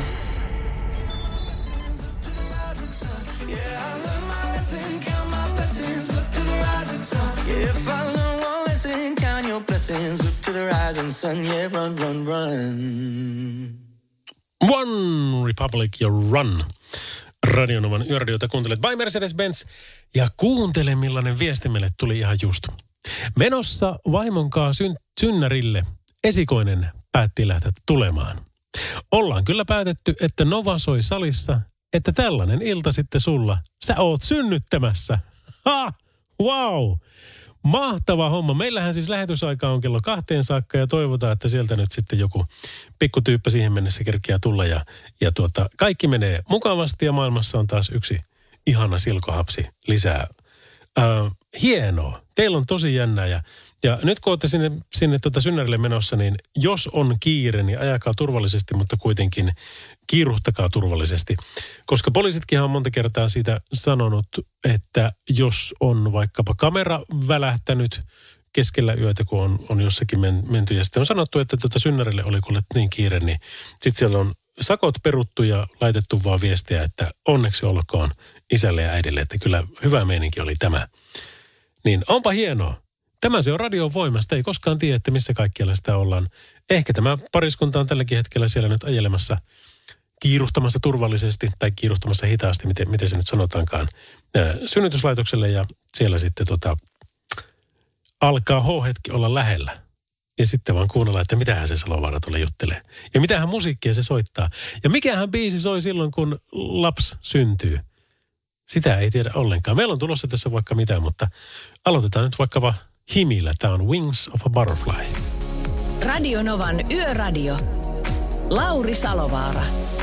If I learn one lesson, count your blessings. Look to the rising sun, yeah, run, run, run. One Republic ja Run. Radionovan yöradiota kuuntelet by Mercedes-Benz. Ja kuuntele, millainen viesti meille tuli ihan just. Menossa vaimonkaa syn- synnärille esikoinen päätti lähteä tulemaan. Ollaan kyllä päätetty, että Nova soi salissa, että tällainen ilta sitten sulla. Sä oot synnyttämässä. Ha! Wow! Mahtava homma. Meillähän siis lähetysaika on kello kahteen saakka ja toivotaan, että sieltä nyt sitten joku pikkutyyppä siihen mennessä kerkiää tulla. Ja, ja tuota, kaikki menee mukavasti ja maailmassa on taas yksi ihana silkohapsi lisää. Äh, hienoa. Teillä on tosi jännää ja, ja nyt kun olette sinne, sinne tuota synnärille menossa, niin jos on kiire, niin ajakaa turvallisesti, mutta kuitenkin kiiruhtakaa turvallisesti. Koska poliisitkin on monta kertaa siitä sanonut, että jos on vaikkapa kamera välähtänyt keskellä yötä, kun on, on jossakin men, menty ja sitten on sanottu, että tuota synnärille oli kuule niin kiire, niin sitten siellä on sakot peruttu ja laitettu vaan viestiä, että onneksi olkoon isälle ja äidille, että kyllä hyvä meininki oli tämä. Niin onpa hienoa. Tämä se on radion voimasta. Ei koskaan tiedä, että missä kaikkialla sitä ollaan. Ehkä tämä pariskunta on tälläkin hetkellä siellä nyt ajelemassa, kiiruhtamassa turvallisesti tai kiiruhtamassa hitaasti, miten, miten se nyt sanotaankaan, ää, synnytyslaitokselle ja siellä sitten tota, alkaa H-hetki olla lähellä. Ja sitten vaan kuunnella, että mitähän se Salovaara tulee juttelee. Ja mitähän musiikkia se soittaa. Ja mikähän biisi soi silloin, kun lapsi syntyy. Sitä ei tiedä ollenkaan. Meillä on tulossa tässä vaikka mitään, mutta aloitetaan nyt vaikka himillä. Tämä on Wings of a Butterfly. Radio Novan Yöradio. Lauri Salovaara.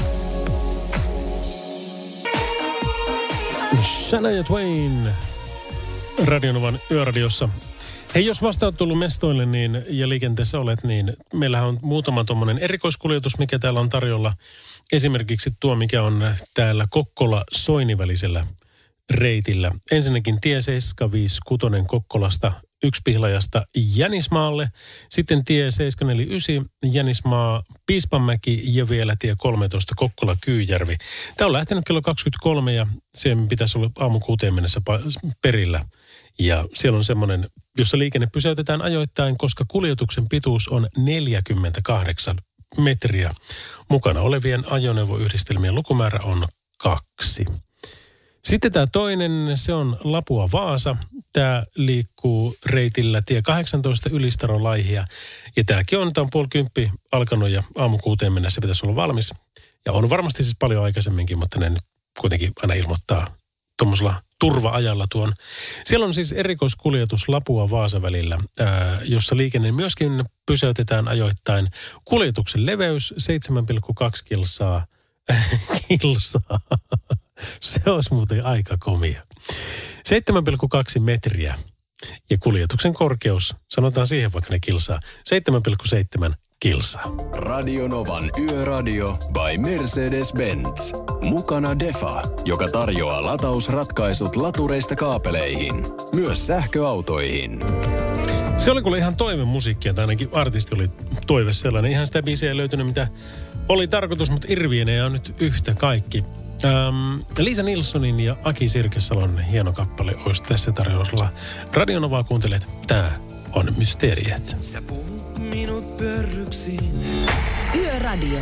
Shania Twain Radio Novan Yöradiossa. Hei, jos vasta olet tullut mestoille niin, ja liikenteessä olet, niin meillähän on muutama tuommoinen erikoiskuljetus, mikä täällä on tarjolla. Esimerkiksi tuo, mikä on täällä Kokkola-Soini välisellä reitillä. Ensinnäkin tie seitsemän viisi kuusi Kokkolasta Yksipihlajasta Jänismaalle. Sitten tie seitsemän neljä yhdeksän Jänismaa Piispanmäki ja vielä tie kolmetoista Kokkola Kyyjärvi. Tämä on lähtenyt kello kaksikymmentäkolme ja sen pitäisi olla aamu kuuteen mennessä perillä. Ja siellä on semmoinen, jossa liikenne pysäytetään ajoittain, koska kuljetuksen pituus on neljäkymmentäkahdeksan metriä. Mukana olevien ajoneuvoyhdistelmien lukumäärä on kaksi. Sitten tämä toinen, se on Lapua Vaasa. Tämä liikkuu reitillä tie kahdeksantoista Ylistaro Laihia. Ja tämäkin on, tämä on puoli kymppi alkanut ja aamu kuuteen mennessä pitäisi olla valmis. Ja on varmasti siis paljon aikaisemminkin, mutta ne nyt kuitenkin aina ilmoittaa tuommoisella turva-ajalla tuon. Siellä on siis erikoiskuljetus Lapua Vaasa välillä, ää, jossa liikenne myöskin pysäytetään ajoittain. Kuljetuksen leveys seitsemän pilkku kaksi kilsaa. kilsaa. Se olisi muuten aika komia. seitsemän pilkku kaksi metriä. Ja kuljetuksen korkeus, sanotaan siihen vaikka ne kilsaa, seitsemän pilkku seitsemän kilsaa. Radio Novan Yöradio by Mercedes-Benz. Mukana Defa, joka tarjoaa latausratkaisut latureista kaapeleihin. Myös sähköautoihin. Se oli kuule ihan toivemusiikkia, tai ainakin artisti oli toive sellainen. Ihan sitä biisiä ei löytynyt, mitä oli tarkoitus, mutta Irvienejä on nyt yhtä kaikki. Ähm, Liisa Nilssonin ja Aki Sirkesalon hieno kappale olisi tässä tarjolla. Radio Novaa kuuntelet. Tää on Mysteeriet. Sä puhut minut pörryksiin. Yöradio.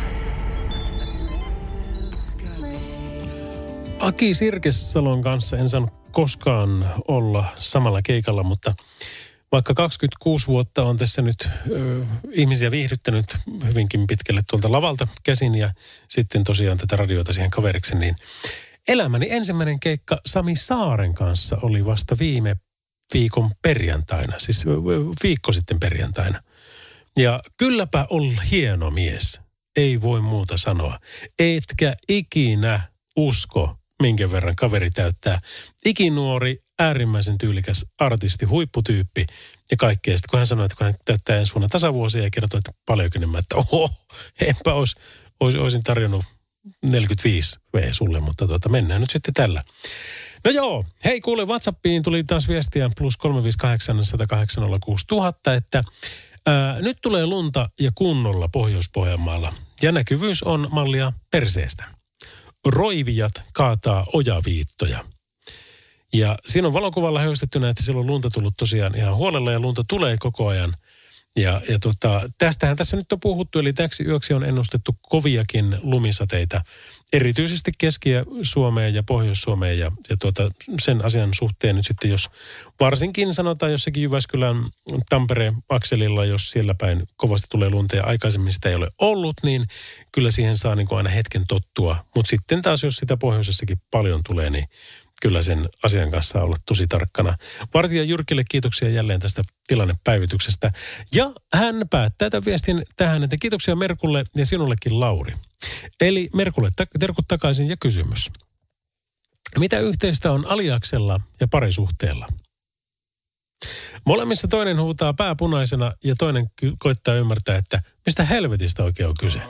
Aki Sirkesalon kanssa en saanut koskaan olla samalla keikalla, mutta vaikka kaksikymmentäkuusi vuotta on tässä nyt ö, ihmisiä viihdyttänyt hyvinkin pitkälle tuolta lavalta käsin ja sitten tosiaan tätä radiota siihen kaveriksi, niin elämäni ensimmäinen keikka Sami Saaren kanssa oli vasta viime viikon perjantaina, siis viikko sitten perjantaina. Ja kylläpä on hieno mies, ei voi muuta sanoa. Etkä ikinä usko, minkä verran kaveri täyttää. Ikinuori, äärimmäisen tyylikäs artisti, huipputyyppi ja kaikkea. Sitten kun hän sanoi, että kun hän täyttää ensi vuonna tasavuosia ja kertoi, että paljonkin enemmän, että oho, enpä olisi, olisi, olisin tarjonnut neljäkymmentäviisi V sulle, mutta tuota, mennään nyt sitten tällä. No joo, hei kuule, WhatsAppiin tuli taas viestiä plus kolme viisi kahdeksan, yksi nolla kahdeksan, nolla kuusi tuhatta, että ää, nyt tulee lunta ja kunnolla Pohjois-Pohjanmaalla ja näkyvyys on mallia perseestä. Roivijat kaataa ojaviittoja. Ja siinä on valokuvalla höystettynä, että siellä on lunta tullut tosiaan ihan huolella ja lunta tulee koko ajan. Ja, ja tota, tästähän tässä nyt on puhuttu, eli täksi yöksi on ennustettu koviakin lumisateita, erityisesti Keski-Suomeen ja Pohjois-Suomeen. Ja, ja tuota, sen asian suhteen nyt sitten, jos varsinkin sanotaan jossakin Jyväskylän Tampereen akselilla, jos siellä päin kovasti tulee lunta ja aikaisemmin sitä ei ole ollut, niin kyllä siihen saa niin kuin aina hetken tottua. Mutta sitten taas, jos sitä pohjoisessakin paljon tulee, niin kyllä sen asian kanssa olla tosi tarkkana. Vartija Jyrkille kiitoksia jälleen tästä tilannepäivityksestä. Ja hän päättää tämän viestin tähän, että kiitoksia Merkulle ja sinullekin Lauri. Eli Merkulle terkut takaisin ja kysymys. Mitä yhteistä on aliaksella ja parisuhteella? Molemmissa toinen huutaa pääpunaisena ja toinen ky- koittaa ymmärtää, että mistä helvetistä oikein on kyse.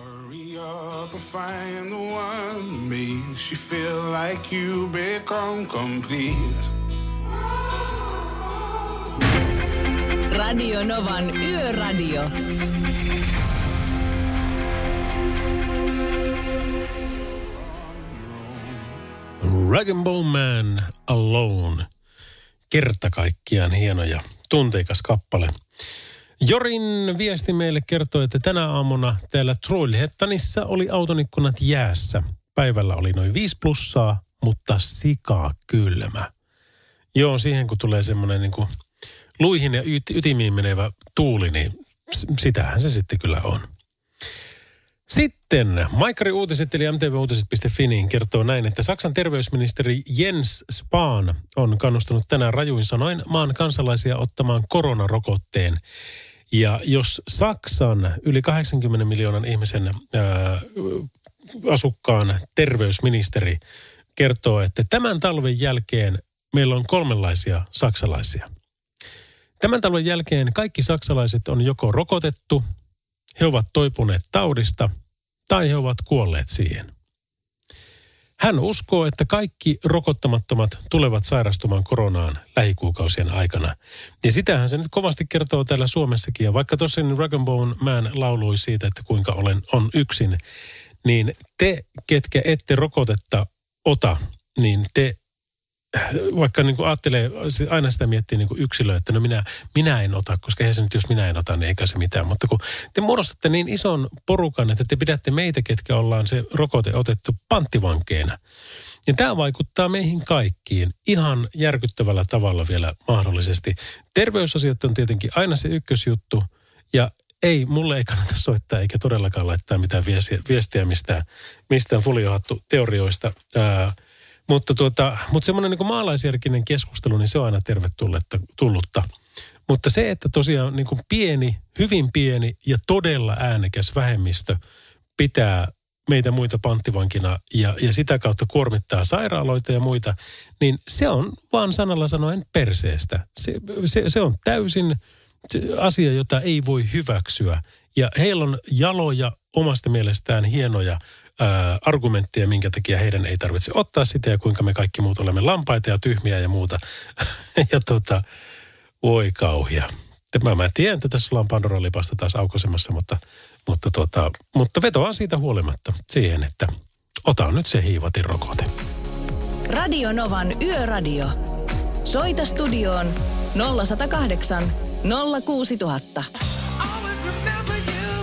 Radio Novan Yöradio. Rag and Bone Man Alone. Kerta kaikkiaan hieno ja tunteikas kappale. Jorin viesti meille kertoi, että tänä aamuna täällä Trollhättanissa oli autonikkunat jäässä. Päivällä oli noin viisi plussaa, mutta sika kylmä. Joo, siihen kun tulee semmoinen niin kuin luihin ja yt- ytimiin menevä tuuli, niin sitähän se sitten kyllä on. Sitten Maikari Uutiset eli m t v uutiset piste f i niin kertoo näin, että Saksan terveysministeri Jens Spahn on kannustanut tänään rajuin sanoin maan kansalaisia ottamaan koronarokotteen. Ja jos Saksan yli kahdeksankymmenen miljoonan ihmisen ää, asukkaan terveysministeri kertoo, että tämän talven jälkeen meillä on kolmenlaisia saksalaisia. Tämän talven jälkeen kaikki saksalaiset on joko rokotettu, he ovat toipuneet taudista tai he ovat kuolleet siihen. Hän uskoo, että kaikki rokottamattomat tulevat sairastumaan koronaan lähikuukausien aikana. Ja sitähän se nyt kovasti kertoo täällä Suomessakin. Ja vaikka tosiaan Rag and Bone Man laului siitä, että kuinka olen, on yksin, niin te, ketkä ette rokotetta ota, niin te vaikka niin kuin ajattelee, aina sitä miettii niin kuin yksilöä, että no minä, minä en ota, koska eihän se nyt, jos minä en ota, niin eikä se mitään. Mutta kun te muodostatte niin ison porukan, että te pidätte meitä, ketkä ollaan se rokote otettu panttivankeina. Ja tämä vaikuttaa meihin kaikkiin ihan järkyttävällä tavalla vielä mahdollisesti. Terveysasiat on tietenkin aina se ykkösjuttu ja ei, mulle ei kannata soittaa eikä todellakaan laittaa mitään viestiä, viestiä mistään, mistään foliohattu teorioista. Ää, Mutta, tuota, mutta semmoinen niin kuin maalaisjärkinen keskustelu, niin se on aina tervetullutta. Mutta se, että tosiaan niin kuin pieni, hyvin pieni ja todella äänekäs vähemmistö pitää meitä muita panttivankina ja, ja sitä kautta kuormittaa sairaaloita ja muita, niin se on vaan sanalla sanoen perseestä. Se, se, se on täysin asia, jota ei voi hyväksyä. Ja heillä on jaloja, omasta mielestään hienoja Ää, argumentteja, minkä takia heidän ei tarvitse ottaa sitä ja kuinka me kaikki muut olemme lampaita ja tyhmiä ja muuta. ja tota, voi kauhia. Mä, mä tiedän, että tässä ollaan Pandora-lipasta taas aukosemassa, mutta, mutta, tota, mutta vetoan siitä huolimatta siihen, että ota nyt se hiivatin rokote. Radio Novan Yöradio. Soita studioon nolla yksi nolla kahdeksan nolla kuusi nolla nolla nolla.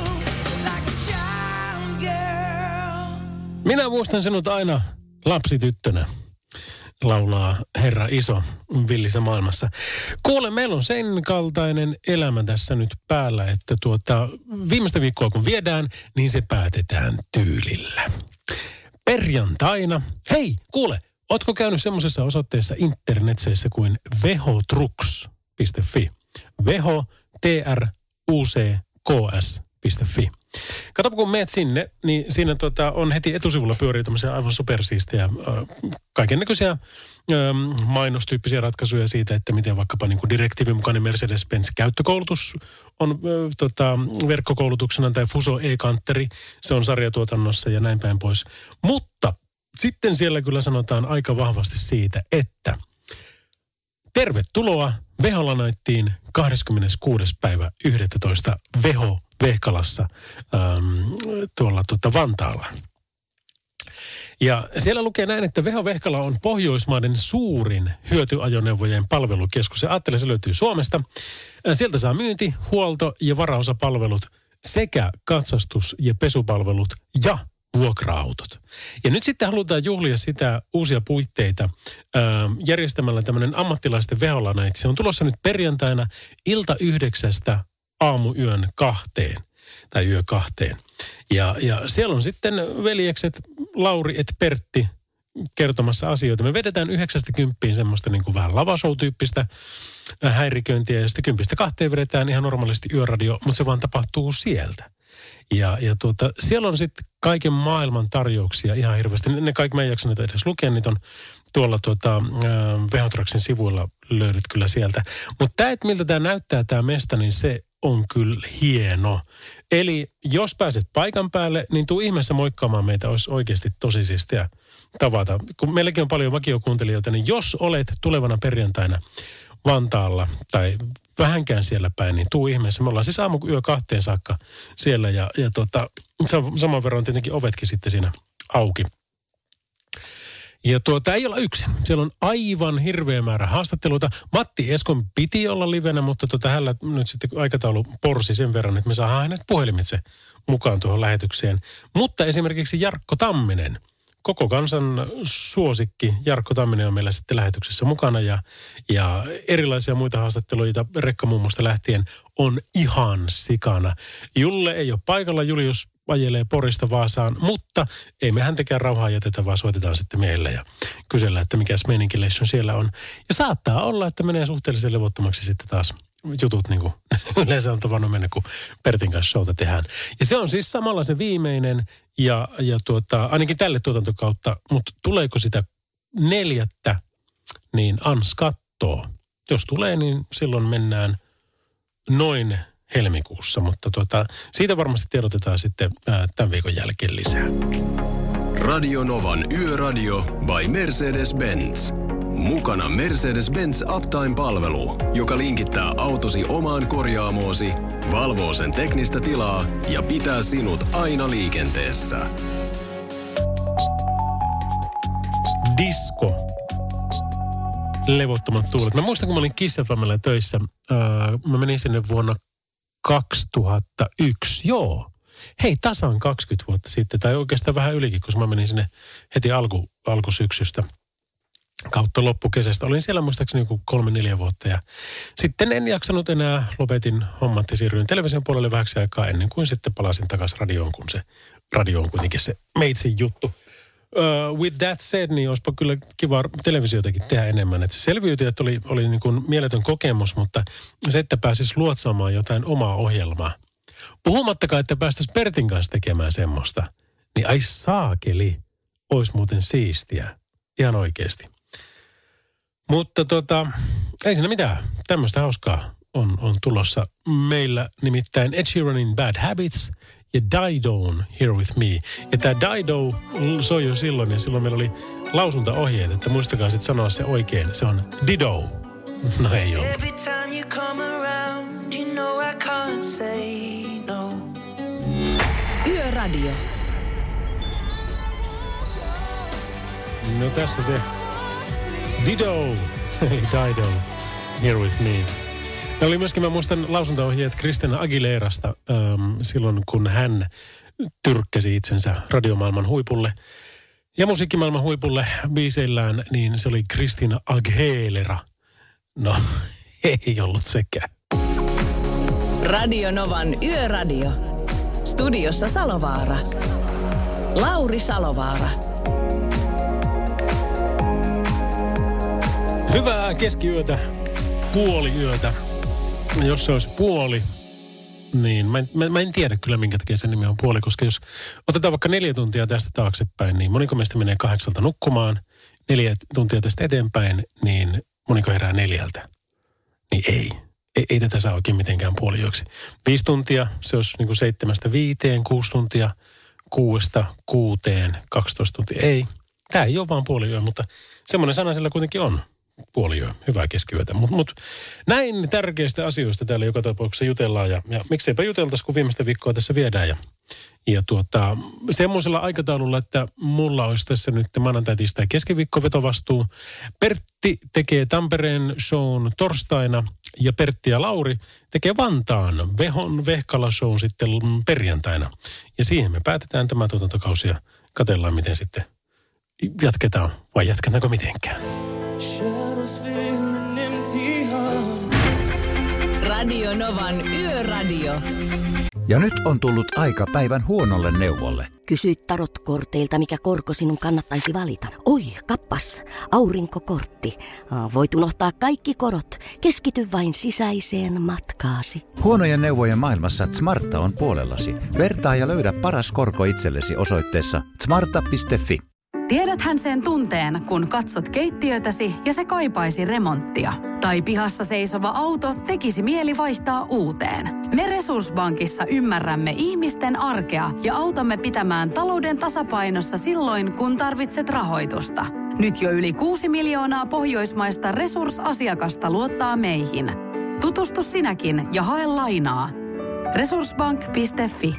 Minä muistan sinut aina lapsityttönä, laulaa Herra Iso villissä maailmassa. Kuule, meillä on sen kaltainen elämä tässä nyt päällä, että tuota, viimeistä viikkoa kun viedään, niin se päätetään tyylillä. Perjantaina, hei, kuule, ootko käynyt semmoisessa osoitteessa internetseissä kuin vehotruks piste fi? Veho, T R U C K S piste fi. Kato, kun meet sinne, niin siinä tuota, on heti etusivulla pyörii tämmöisiä aivan supersiistejä, äh, kaikennäköisiä äh, mainostyyppisiä ratkaisuja siitä, että miten vaikkapa niin kuin direktiivin mukainen Mercedes-Benz käyttökoulutus on äh, tota, verkkokoulutuksena tai Fuso e-kantteri, se on sarjatuotannossa ja näin päin pois. Mutta sitten siellä kyllä sanotaan aika vahvasti siitä, että tervetuloa Veholanaittiin kahdeskymmeneskuudes päivä yhdestoista Veho Vehkalassa ähm, tuolla tuota Vantaalla. Ja siellä lukee näin, että Veho Vehkala on Pohjoismaiden suurin hyötyajoneuvojen palvelukeskus. Ja ajattele, se löytyy Suomesta. Sieltä saa myynti, huolto ja varaosapalvelut sekä katsastus- ja pesupalvelut ja vuokra-autot. Ja nyt sitten halutaan juhlia sitä uusia puitteita ää, järjestämällä tämmöinen ammattilaisten Veholana. Se on tulossa nyt perjantaina ilta yhdeksästä aamuyön kahteen tai yö kahteen. Ja, ja siellä on sitten veljekset Lauri et Pertti kertomassa asioita. Me vedetään yhdeksästä kymppiin semmoista niin kuin vähän lavashow-tyyppistä häiriköintiä ja sitten kympistä kahteen vedetään ihan normaalisti yöradio, mutta se vaan tapahtuu sieltä. Ja, ja tuota, siellä on sitten kaiken maailman tarjouksia ihan hirveästi. Ne, ne kaikki mä en jaksa niitä edes lukea, niitä on tuolla tuota, äh, Vehotraksin sivuilla löydät kyllä sieltä. Mutta tämä, että miltä tämä näyttää tämä mesta, niin se on kyllä hieno. Eli jos pääset paikan päälle, niin tuu ihmeessä moikkaamaan meitä, olisi oikeasti tosi siistiä tavata. Kun meilläkin on paljon vakiokuuntelijoita, niin jos olet tulevana perjantaina Vantaalla tai vähänkään siellä päin, niin tuu ihmeessä. Me ollaan siis aamuyö kahteen saakka siellä ja, ja tota, saman verran tietenkin ovetkin sitten siinä auki. Ja tuota ei olla yksin. Siellä on aivan hirveä määrä haastatteluita. Matti Eskon piti olla livenä, mutta tuota hänellä nyt sitten aikataulu porsi sen verran, että me saadaan hänet puhelimitse mukaan tuohon lähetykseen. Mutta esimerkiksi Jarkko Tamminen, koko kansan suosikki Jarkko Tamminen on meillä sitten lähetyksessä mukana ja, ja erilaisia muita haastatteluita rekkamummosta lähtien on ihan sikana. Julle ei ole paikalla, Julius ajelee Porista Vaasaan, mutta ei me häntäkään rauhaa jätetä, vaan soitetaan sitten miehelle ja kysellään, että mikäs meininkileisson siellä on. Ja saattaa olla, että menee suhteellisen levottomaksi sitten taas jutut niin kuin yleensä on tavannut mennä, kun Pertin kanssa showta tehdään. Ja se on siis samalla se viimeinen ja, ja tuota, ainakin tälle tuotantokautta, mutta tuleeko sitä neljättä, niin Ans kattoo. Jos tulee, niin silloin mennään noin helmikuussa, mutta tuota, siitä varmasti tiedotetaan sitten ää, tämän viikon jälkeen lisää. Radio Novan Yöradio by Mercedes-Benz. Mukana Mercedes-Benz Uptime-palvelu, joka linkittää autosi omaan korjaamoosi, valvoo sen teknistä tilaa ja pitää sinut aina liikenteessä. Disco. Levottomat tuulet. Mä muistan, kun mä olin Kiss F M:llä töissä. Ää, mä menin sinne vuonna kaksituhattayksi. Joo. Hei, tasan kaksikymmentä vuotta sitten, tai oikeastaan vähän ylikin, koska mä menin sinne heti alku, alkusyksystä kautta loppukesästä. Olin siellä muistaakseni joku kolme, neljä vuotta ja sitten en jaksanut enää, lopetin hommat ja siirryin television puolelle vähäksi aikaa ennen kuin sitten palasin takaisin radioon, kun se radio on kuitenkin se meitsin juttu. Uh, with that said, niin olisipa kyllä kiva televisiotakin tehdä enemmän. Että se selviytyjät oli, oli niin kuin mieletön kokemus, mutta se, että pääsisi luotsaamaan jotain omaa ohjelmaa. Puhumattakaan, että päästäisiin Pertin kanssa tekemään semmoista, niin ai saakeli, olisi muuten siistiä. Ihan oikeasti. Mutta tota, ei siinä mitään. Tämmöistä hauskaa on, on tulossa meillä, nimittäin Ed Sheeranin Bad Habits ja Dido Here With Me. Ja tämä Dido soi jo silloin ja silloin meillä oli lausuntaohjeet, että muistakaa sitten sanoa se oikein. Se on Dido. No ei ole. Every time you come around, you know I can't say no. Yöradio. No tässä se Dido, Dido, Here With Me. Ja oli myöskin, mä muistan lausuntaohjeet Christina Aguilerasta ähm, silloin, kun hän tyrkkäsi itsensä radiomaailman huipulle ja musiikkimaailman huipulle biiseillään, niin se oli Christina Aguilera. No, ei ollut sekään. Radio Novan Yöradio. Studiossa Salovaara. Lauri Salovaara. Hyvää keskiyötä, puoliyötä. Jos se olisi puoli, niin mä en, mä, mä en tiedä kyllä, minkä takia sen nimi on puoli, koska jos otetaan vaikka neljä tuntia tästä taaksepäin, niin moniko meistä menee kahdeksalta nukkumaan, neljä tuntia tästä eteenpäin, niin moniko herää neljältä? Niin ei. Ei, ei tätä saa oikein mitenkään puoliyöksi. Viisi tuntia, se olisi niin kuin seitsemästä viiteen, kuusi tuntia, kuudesta kuuteen, kaksitoista tuntia. Ei, tämä ei ole vaan puoliyö, mutta semmoinen sana sillä kuitenkin on. Puoliyö, hyvää keskiyötä. Mutta mut, näin tärkeistä asioista täällä joka tapauksessa jutellaan ja, ja mikseipä juteltaisi, kun viimeistä viikkoa tässä viedään. Ja, ja tuota, semmoisella aikataululla, että mulla olisi tässä nyt maanantai, tiistai, keskiviikko vetovastuu. Pertti tekee Tampereen shown torstaina ja Pertti ja Lauri tekee Vantaan Vehon Vehkala show sitten perjantaina. Ja siihen me päätetään tämä tuotantokausi ja katsellaan, miten sitten jatketaan vai jatketaanko mitenkään. Radio Novan Yöradio. Ja nyt on tullut aika päivän huonolle neuvolle. Kysy tarotkorteilta, mikä korko sinun kannattaisi valita. Oi, kappas, aurinkokortti. Voit unohtaa kaikki korot. Keskity vain sisäiseen matkaasi. Huonojen neuvojen maailmassa Smarta on puolellasi. Vertaa ja löydä paras korko itsellesi osoitteessa smarta piste fi. Tiedäthän sen tunteen, kun katsot keittiötäsi ja se kaipaisi remonttia. Tai pihassa seisova auto tekisi mieli vaihtaa uuteen. Me Resurssbankissa ymmärrämme ihmisten arkea ja autamme pitämään talouden tasapainossa silloin, kun tarvitset rahoitusta. Nyt jo yli kuusi miljoonaa pohjoismaista resursasiakasta luottaa meihin. Tutustu sinäkin ja hae lainaa. resurssbank piste fi.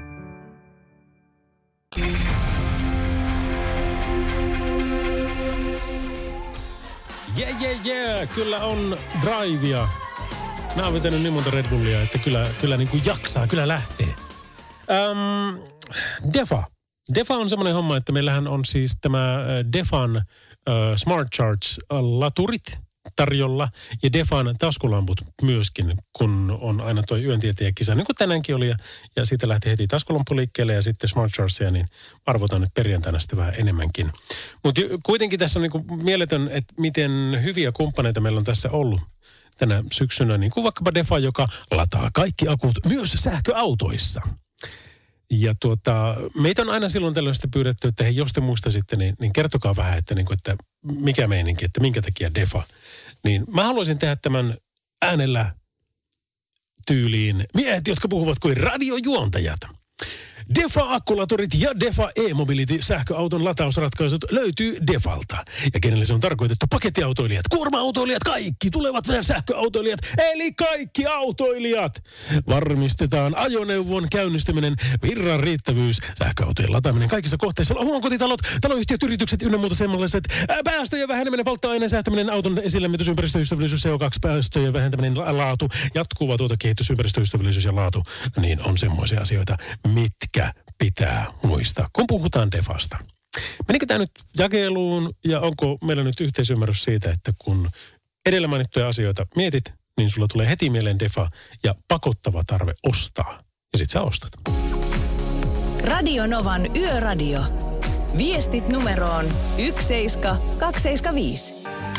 Yeah, yeah, yeah. Kyllä on drivea. Mä oon vetänyt niin monta Red Bullia, että kyllä, kyllä niin kuin jaksaa, kyllä lähtee. Um, Defa. Defa on semmoinen homma, että meillähän on siis tämä Defan uh, Smart Charge-laturit tarjolla ja Defan taskulamput myöskin, kun on aina toi yöntietäjäkisa, niin kuin tänäänkin oli. Ja, ja siitä lähti heti taskulamppu liikkeelle ja sitten Smart Chargea, niin arvotaan nyt perjantaina sitten vähän enemmänkin. Mutta kuitenkin tässä on niin kuin mieletön, että miten hyviä kumppaneita meillä on tässä ollut tänä syksynä, niin kuin vaikkapa Defa, joka lataa kaikki akut myös sähköautoissa. Ja tuota, meitä on aina silloin tällöin pyydetty, että hei, jos te muistaisitte, niin, niin kertokaa vähän, että, niin kuin, että mikä meininki, että minkä takia Defa. Niin mä haluaisin tehdä tämän äänellä tyyliin miehet, jotka puhuvat kuin radiojuontajat. Defa-akkulaturit ja Defa e-mobility sähköauton latausratkaisut löytyy Defalta. Ja kenelle se on tarkoitettu? Pakettiautoilijat, kuorma-autoilijat, kaikki tulevat sähköautoilijat, eli kaikki autoilijat. Varmistetaan ajoneuvon käynnistyminen, virran riittävyys, sähköautojen lataaminen kaikissa kohteissa, omakotitalot, taloyhtiöt, yritykset ynnä muuta semmoiset. Päästöjen väheneminen, polttoaineen säästäminen, auton esillämitys, ympäristöystävällisyys, C O kaksi päästöjen vähentäminen, laatu, jatkuva tuotokehitys, ympäristöystävällisyys ja laatu, niin on semmoisia asioita, mitkä pitää muistaa, kun puhutaan Defasta. Menikö tämä nyt jakeluun ja onko meillä nyt yhteisymmärrys siitä, että kun edellä mainittuja asioita mietit, niin sulla tulee heti mieleen Defa ja pakottava tarve ostaa. Ja sit sä ostat. Radio Novan Yöradio. Viestit numeroon yksi seitsemän kaksi seitsemän viisi.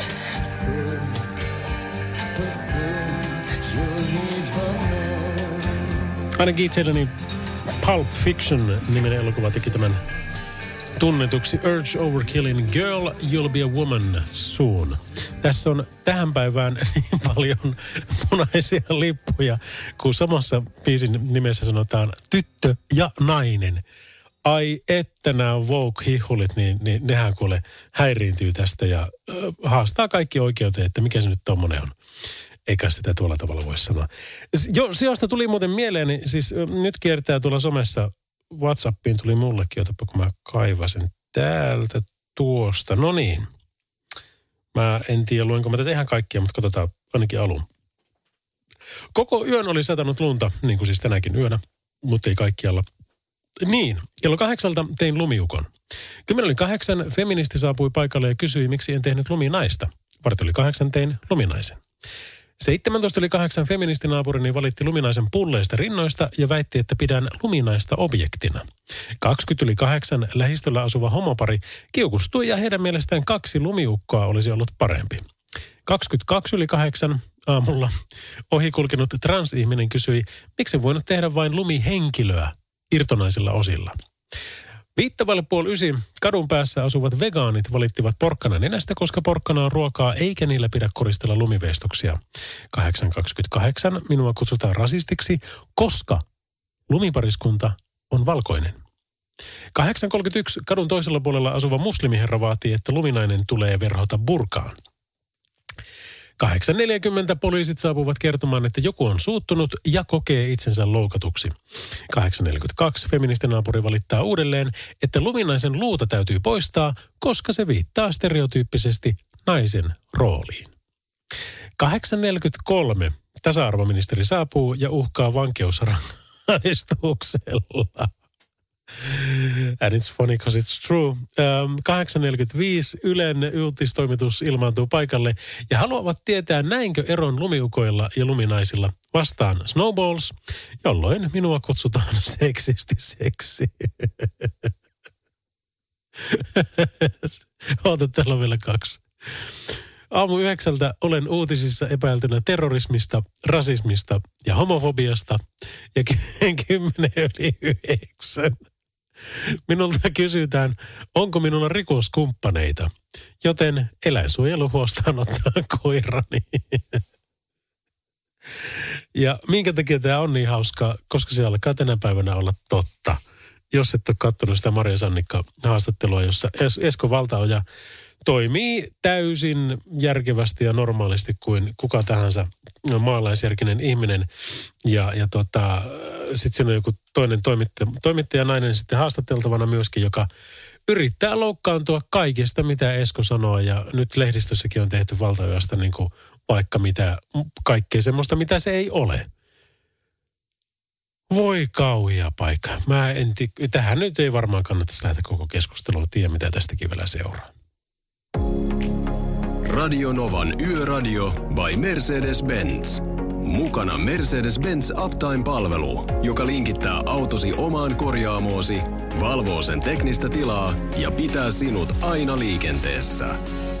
Ainakin itselleni Pulp Fiction-niminen elokuva teki tämän tunnetuksi Urge Overkillin Girl, You'll Be a Woman Soon. Tässä on tähän päivään niin paljon punaisia lippuja, kun samassa biisin nimessä sanotaan tyttö ja nainen. Ai että nämä woke-hihulit, niin, niin nehän kuule häiriintyy tästä ja äh, haastaa kaikki oikeuteen, että mikä se nyt tommonen on. Eikä sitä tuolla tavalla voi sanoa. Jo, josta tuli muuten mieleen, niin siis nyt kiertää tuolla somessa, WhatsAppiin tuli mullekin, otapa kun mä kaivasin täältä tuosta. No niin. Mä en tiedä, luinko mä tätä ihan kaikkia, mutta katsotaan ainakin alun. Koko yön oli satanut lunta, niin kuin siis tänäkin yönä, mutta ei kaikkialla. Niin, kello kahdeksalta tein lumiukon. Kymmenen oli kahdeksan, feministi saapui paikalle ja kysyi, miksi en tehnyt luminaista. Vartti oli kahdeksan, tein luminaisen. seitsemäntoista oli kahdeksan feministinaapurini valitti luminaisen pulleista rinnoista ja väitti, että pidän luminaista objektina. kaksikymmentä yli kahdeksan lähistöllä asuva homopari kiukustui ja heidän mielestään kaksi lumiukkoa olisi ollut parempi. kaksikymmentäkaksi yli kahdeksan aamulla ohikulkenut transihminen kysyi, miksi voinut tehdä vain lumihenkilöä irtonaisilla osilla. Viittavalle puoli ysi kadun päässä asuvat vegaanit valittivat porkkanan nenästä, koska porkkana on ruokaa eikä niillä pidä koristella lumiveistoksia. kahdeksan kaksikymmentäkahdeksan minua kutsutaan rasistiksi, koska lumipariskunta on valkoinen. kahdeksan kolmekymmentäyksi kadun toisella puolella asuva muslimiherra vaatii, että luminainen tulee verhota burkaan. kahdeksan neljäkymmentä poliisit saapuvat kertomaan, että joku on suuttunut ja kokee itsensä loukatuksi. kahdeksan neljäkymmentäkaksi feministinaapuri valittaa uudelleen, että luminaisen luuta täytyy poistaa, koska se viittaa stereotyyppisesti naisen rooliin. kahdeksan neljäkymmentäkolme tasa-arvoministeri saapuu ja uhkaa vankeusrangaistuksella. And it's funny because it's true. Um, kahdeksan neljäkymmentäviisi Ylen uutistoimitus ilmaantuu paikalle ja haluavat tietää, näinkö eron lumiukoilla ja luminaisilla. Vastaan Snowballs, jolloin minua kutsutaan seksisti seksi. Oota, täällä on vielä kaksi. Aamu yhdeksältä olen uutisissa epäiltynä terrorismista, rasismista ja homofobiasta. Ja kymmenen yli yhdeksän. Minulta kysytään, onko minulla rikoskumppaneita, joten eläinsuojelu huostaanottaa koirani. Ja minkä takia tämä on niin hauskaa, koska se alkaa tänä päivänä olla totta. Jos et ole katsonut sitä Maria Sannikka-haastattelua, jossa Esko Valtaoja toimii täysin järkevästi ja normaalisti kuin kuka tahansa maalaisjärkinen ihminen. Ja, ja tota, sitten siinä on joku toinen toimittaja, toimittajanainen sitten haastateltavana myöskin, joka yrittää loukkaantua kaikesta, mitä Esko sanoo. Ja nyt lehdistössäkin on tehty Valtaojasta niin kuin vaikka mitä, kaikkea semmoista, mitä se ei ole. Voi kauhia paikka. Mä en t- Tähän nyt ei varmaan kannattaisi lähteä koko keskustelua. Tiedä, mitä tästäkin vielä seuraa. Radio Novan Yöradio by Mercedes-Benz. Mukana Mercedes-Benz Uptime-palvelu, joka linkittää autosi omaan korjaamoosi, valvoo sen teknistä tilaa ja pitää sinut aina liikenteessä.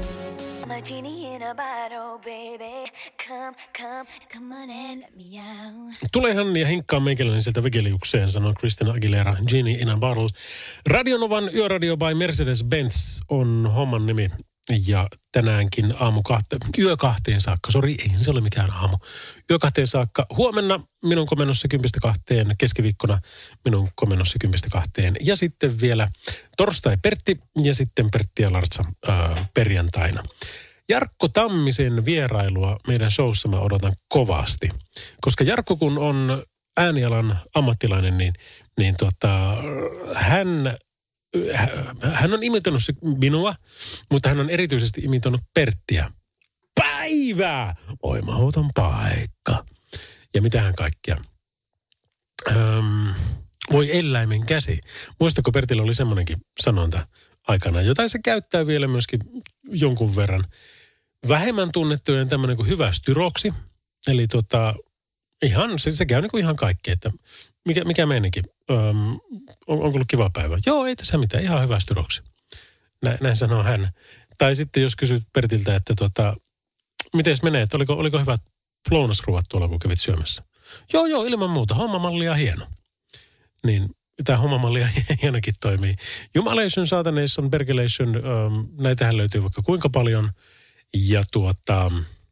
Tulehan ja hinkkaa meikäläinen sieltä vekeliukseen, sanoo Christina Aguilera, Genie in a Bottle. Radio Novan Yöradio by Mercedes-Benz on homman nimi. Ja tänäänkin aamu kahte, yö kahteen saakka, sori, ei se ole mikään aamu. Yö kahteen saakka. Huomenna minun komennossa kympistä kahteen, keskiviikkona minun komennossa kympistä kahteen. Ja sitten vielä torstai Pertti ja sitten Pertti ja Lartsa ää, perjantaina. Jarkko Tammisen vierailua meidän showssa mä odotan kovasti. Koska Jarkko kun on äänialan ammattilainen, niin, niin tota, hän... Hän on imitoinut minua, mutta hän on erityisesti imitoinut Perttiä. Päivää! Oi mahdoton paikka. Ja mitähän kaikkia. Öm, voi eläimen käsi. Muistatko, Pertillä oli semmoinenkin sanonta aikana, jota se käyttää vielä myöskin jonkun verran. Vähemmän tunnettujen tämmöinen kuin hyvä styroksi. Eli tota, ihan, se, se käy niin kuin ihan kaikki, että mikä, mikä meininkin. Öm, on, onko ollut kiva päivä? Joo, ei tässä mitään, ihan hyvä styroksi. Näin, näin sanoo hän. Tai sitten jos kysyt Pertiltä, että tota, miten menee, että oliko, oliko hyvät lounasruuat tuolla, kun kävit syömässä? Joo, joo, ilman muuta. Hommamallia hieno. Niin tämä hommamallia hienokin toimii. Jumalation, Satanism, Bergelation, ähm, näitähän löytyy vaikka kuinka paljon. Ja tuota...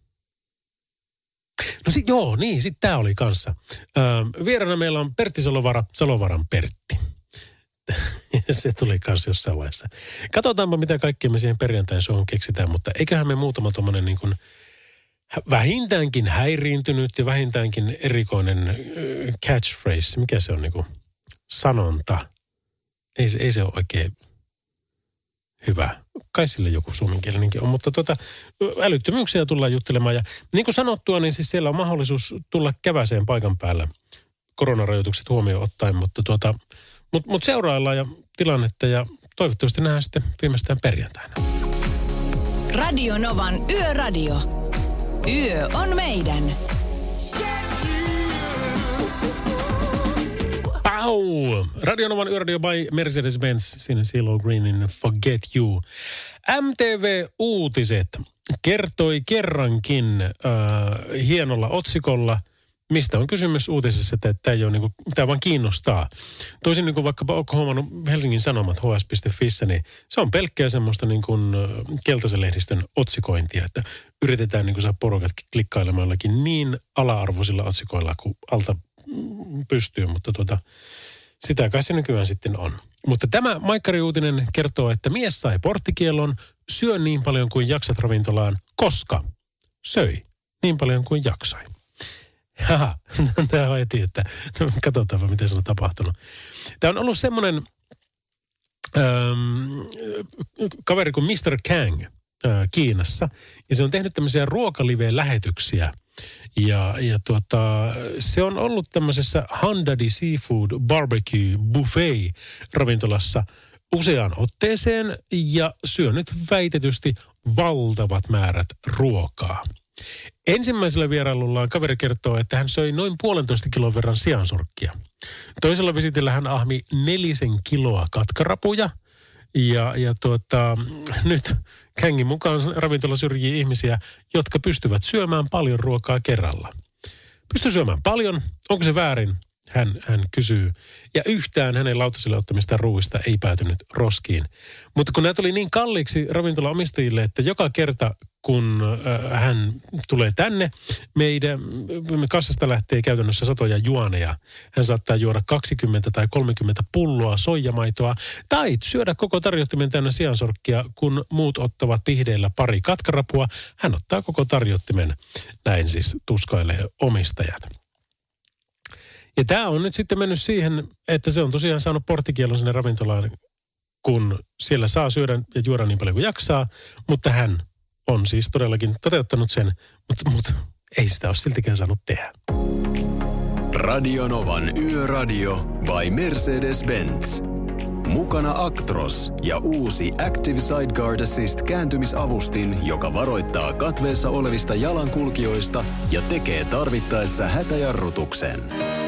No sit, joo, niin, sitten tämä oli kanssa. Ähm, vieraana meillä on Pertti Salovara, Salovaran Pertti. Se tuli kanssa jossain vaiheessa. Katsotaanpa, mitä kaikkea me siihen perjantain showhun keksitään, mutta eiköhän me muutama tuommoinen niin kuin vähintäänkin häiriintynyt ja vähintäänkin erikoinen äh, catchphrase. Mikä se on niin kuin sanonta? Ei, ei se ole oikein hyvä. Kai sille joku suomenkielinenkin on, mutta tota, älyttömyyksiä tullaan juttelemaan. Ja niin kuin sanottua, niin siis siellä on mahdollisuus tulla käväseen paikan päällä koronarajoitukset huomioon ottaen, mutta tuota, mut, mut seuraillaan ja tilannetta ja toivottavasti nähdään sitten viimeistään perjantaina. Radio Novan Yöradio. Yö on meidän. Pau! Radio Novan Yöradio by Mercedes-Benz. Siinä CeeLo Greenin Forget You. M T V-uutiset kertoi kerrankin äh, hienolla otsikolla, mistä on kysymys uutisessa, että tämä ei ole niin kuin, tämä vaan kiinnostaa. Toisin niin kuin vaikkapa oletko huomannut Helsingin Sanomat H S piste Fissä, niin se on pelkkää semmoista niin kuin keltaisen lehdistön otsikointia, että yritetään niin kuin saada porukat klikkailemaan jollakin niin ala-arvoisilla otsikoilla kuin alta pystyy, mutta tuota, sitä kai se nykyään sitten on. Mutta tämä maikkariuutinen kertoo, että mies sai porttikiellon, syö niin paljon kuin jaksat ravintolaan, koska söi niin paljon kuin jaksoi. Haha, tämä on heti, että no, katsotaanpa, miten se on tapahtunut. Tämä on ollut semmoinen ähm, kaveri kuin mister Kang äh, Kiinassa, ja se on tehnyt tämmöisiä ruokalive-lähetyksiä. Ja, ja tuota, se on ollut tämmöisessä Handadi Seafood Barbecue Buffet ravintolassa useaan otteeseen ja syönyt väitetysti valtavat määrät ruokaa. Ensimmäisellä vierailullaan kaveri kertoo, että hän söi noin puolentoista kilon verran siansorkkia. Toisella visitillä hän ahmi nelisen kiloa katkarapuja. Ja, ja tuota, nyt Kängin mukaan ravintola syrjii ihmisiä, jotka pystyvät syömään paljon ruokaa kerralla. Pystyy syömään paljon, onko se väärin? Hän, hän kysyy. Ja yhtään hänen lautaselle ottamista ruuista ei päätynyt roskiin. Mutta kun nämä tuli niin kalliiksi ravintolaomistajille, että joka kerta kun äh, hän tulee tänne, meidän me kassasta lähtee käytännössä satoja juoneja. Hän saattaa juoda kaksikymmentä tai kolmekymmentä pulloa soijamaitoa tai syödä koko tarjottimen täynnä siansorkkia, kun muut ottavat pihdeillä pari katkarapua. Hän ottaa koko tarjottimen, näin siis tuskailee omistajat. Ja tämä on nyt sitten mennyt siihen, että se on tosiaan saanut porttikielon sinne ravintolaan, kun siellä saa syödä ja juoda niin paljon kuin jaksaa, mutta hän on siis todellakin toteuttanut sen, mutta, mutta ei sitä ole siltikään saanut tehdä. Radio Novan Yöradio by Mercedes-Benz. Mukana Actros ja uusi Active Sideguard Assist kääntymisavustin, joka varoittaa katveessa olevista jalankulkijoista ja tekee tarvittaessa hätäjarrutuksen.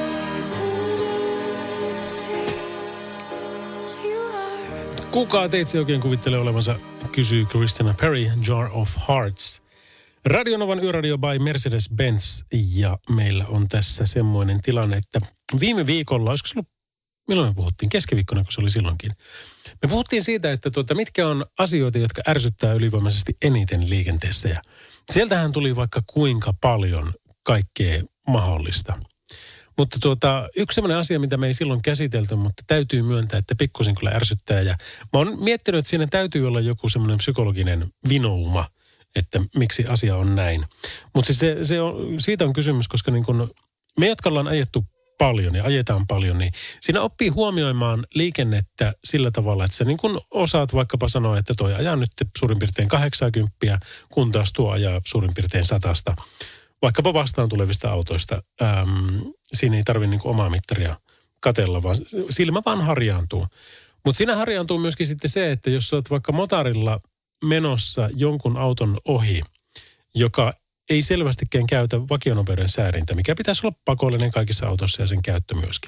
Kuka teitse oikein kuvittelee olevansa, kysyy Christina Perry, Jar of Hearts. Radio Novan Yöradio by Mercedes-Benz, ja meillä on tässä semmoinen tilanne, että viime viikolla, olisiko se ollut, milloin me puhuttiin? Keskiviikkona, kun se oli silloinkin. Me puhuttiin siitä, että tuota, mitkä on asioita, jotka ärsyttää ylivoimaisesti eniten liikenteessä, ja sieltähän tuli vaikka kuinka paljon kaikkea mahdollista. Mutta tuota, yksi sellainen asia, mitä me ei silloin käsitelty, mutta täytyy myöntää, että pikkusen kyllä ärsyttää. Ja mä oon miettinyt, että siinä täytyy olla joku semmoinen psykologinen vinouma, että miksi asia on näin. Mutta siis se, se on, siitä on kysymys, koska niin kun me, jotka ollaan ajettu paljon ja ajetaan paljon, niin siinä oppii huomioimaan liikennettä sillä tavalla, että sä niin kun osaat vaikkapa sanoa, että toi ajaa nyt suurin piirtein kahdeksankymmentä, kun taas tuo ajaa suurin piirtein satasta. Vaikkapa vastaan tulevista autoista. Ähm, siinä ei tarvitse niinku omaa mittaria katella, vaan silmä vaan harjaantuu. Mutta siinä harjaantuu myöskin sitten se, että jos sä oot vaikka motorilla menossa jonkun auton ohi, joka ei selvästikään käytä vakionopeuden säädintä, mikä pitäisi olla pakollinen kaikissa autoissa ja sen käyttö myöskin.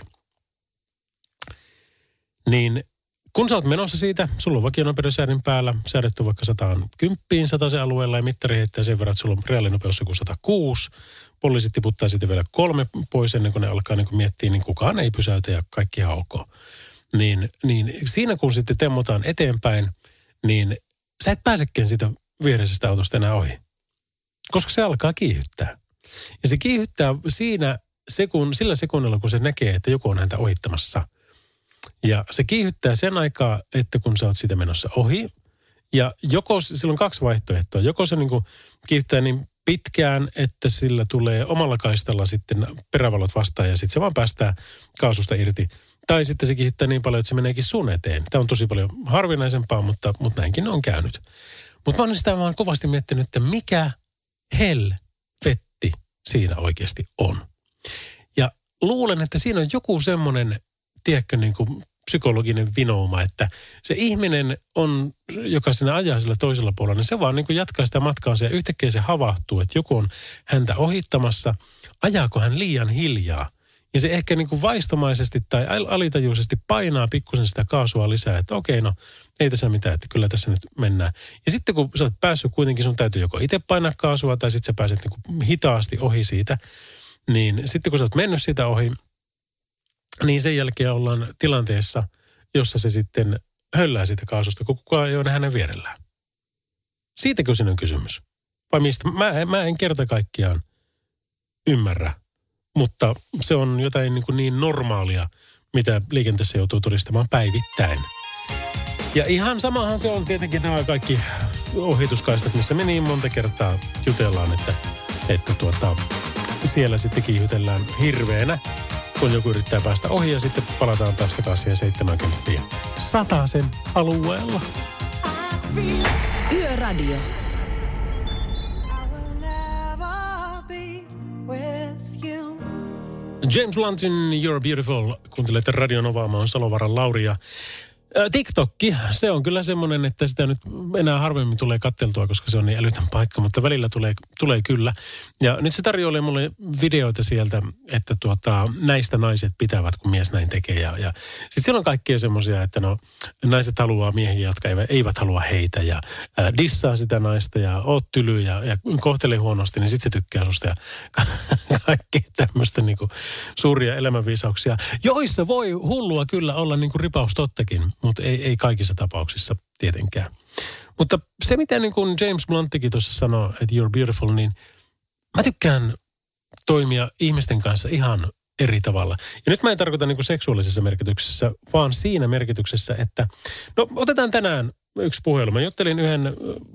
Niin kun sä oot menossa siitä, sulla on vakionopeuden säädin päällä, säädetty vaikka sata kymmenen sataisen alueella ja mittari heittää sen verran, että sulla on reaalinopeus joku sata kuusi. Poliisit tiputtaa sitten vielä kolme pois ennen kuin ne alkaa niin kuin miettiä, niin kukaan ei pysäytä ja kaikki ihan ok. Niin, niin siinä kun sitten temmotaan eteenpäin, niin sä et pääsekään siitä viereisestä autosta enää ohi. Koska se alkaa kiihyttää. Ja se kiihyttää siinä sekun, sillä sekunnilla, kun se näkee, että joku on häntä ohittamassa. Ja se kiihyttää sen aikaa, että kun sä oot siitä menossa ohi. Ja joko, sillä on kaksi vaihtoehtoa. Joko se niin kuin kiihyttää niin pitkään, että sillä tulee omalla kaistalla sitten perävalot vastaan ja sitten se vaan päästää kaasusta irti. Tai sitten se kiihyttää niin paljon, että se meneekin sun eteen. Tämä on tosi paljon harvinaisempaa, mutta, mutta näinkin on käynyt. Mutta mä oon sitä vaan kovasti miettinyt, että mikä helvetti siinä oikeasti on. Ja luulen, että siinä on joku semmoinen, tiedätkö, niin kuin psykologinen vinouma, että se ihminen on, joka siinä ajaa sillä toisella puolella, niin se vaan niin kuin jatkaa sitä matkaansa ja yhtäkkiä se havahtuu, että joku on häntä ohittamassa, ajaako hän liian hiljaa. Ja se ehkä niin kuin vaistomaisesti tai alitajuisesti painaa pikkusen sitä kaasua lisää, että okei, no ei tässä mitään, että kyllä tässä nyt mennään. Ja sitten kun sä oot päässyt kuitenkin, sun täytyy joko itse painaa kaasua tai sitten sä pääset niin kuin hitaasti ohi siitä, niin sitten kun sä oot mennyt sitä ohi, niin sen jälkeen ollaan tilanteessa, jossa se sitten höllää siitä kaasusta, kun kukaan ei ole hänen vierellään. Siitäkö siinä on kysymys? Vai mistä? Mä, mä en kerta kaikkiaan ymmärrä, mutta se on jotain niin, kuin niin normaalia, mitä liikenteessä joutuu todistamaan päivittäin. Ja ihan samahan se on tietenkin nämä kaikki ohituskaistat, missä me niin monta kertaa jutellaan, että, että tuota, siellä sitten kiihytellään hirveänä, kun joku yrittää päästä ohi ja sitten palataan taas takaisin seitsemänkymmentä satasen alueella. Yöradio. James Bluntin You're Beautiful. Kuuntelette Radio Novaa, mä oon Salovaran Lauri ja TikTokki, se on kyllä semmoinen, että sitä nyt enää harvemmin tulee katteltua, koska se on niin älytön paikka, mutta välillä tulee, tulee kyllä. Ja nyt se tarjoilee mulle videoita sieltä, että tuota, näistä naiset pitävät, kun mies näin tekee. Ja, ja sitten siellä on kaikkia semmoisia, että no naiset haluaa miehiä, jotka eivät, eivät halua heitä ja ää, dissaa sitä naista ja oot tyly ja, ja kohtelee huonosti, niin sitten se tykkää susta ja kaikkea tämmöistä niinku suuria elämänviisauksia, joissa voi hullua kyllä olla niinku ripaus tottakin. Mutta ei, ei kaikissa tapauksissa tietenkään. Mutta se, mitä niin kuin James Blunttikin tuossa sanoi, että you're beautiful, niin mä tykkään toimia ihmisten kanssa ihan eri tavalla. Ja nyt mä en tarkoita niin kuin seksuaalisessa merkityksessä, vaan siinä merkityksessä, että no otetaan tänään yksi puhelu. Mä juttelin yhden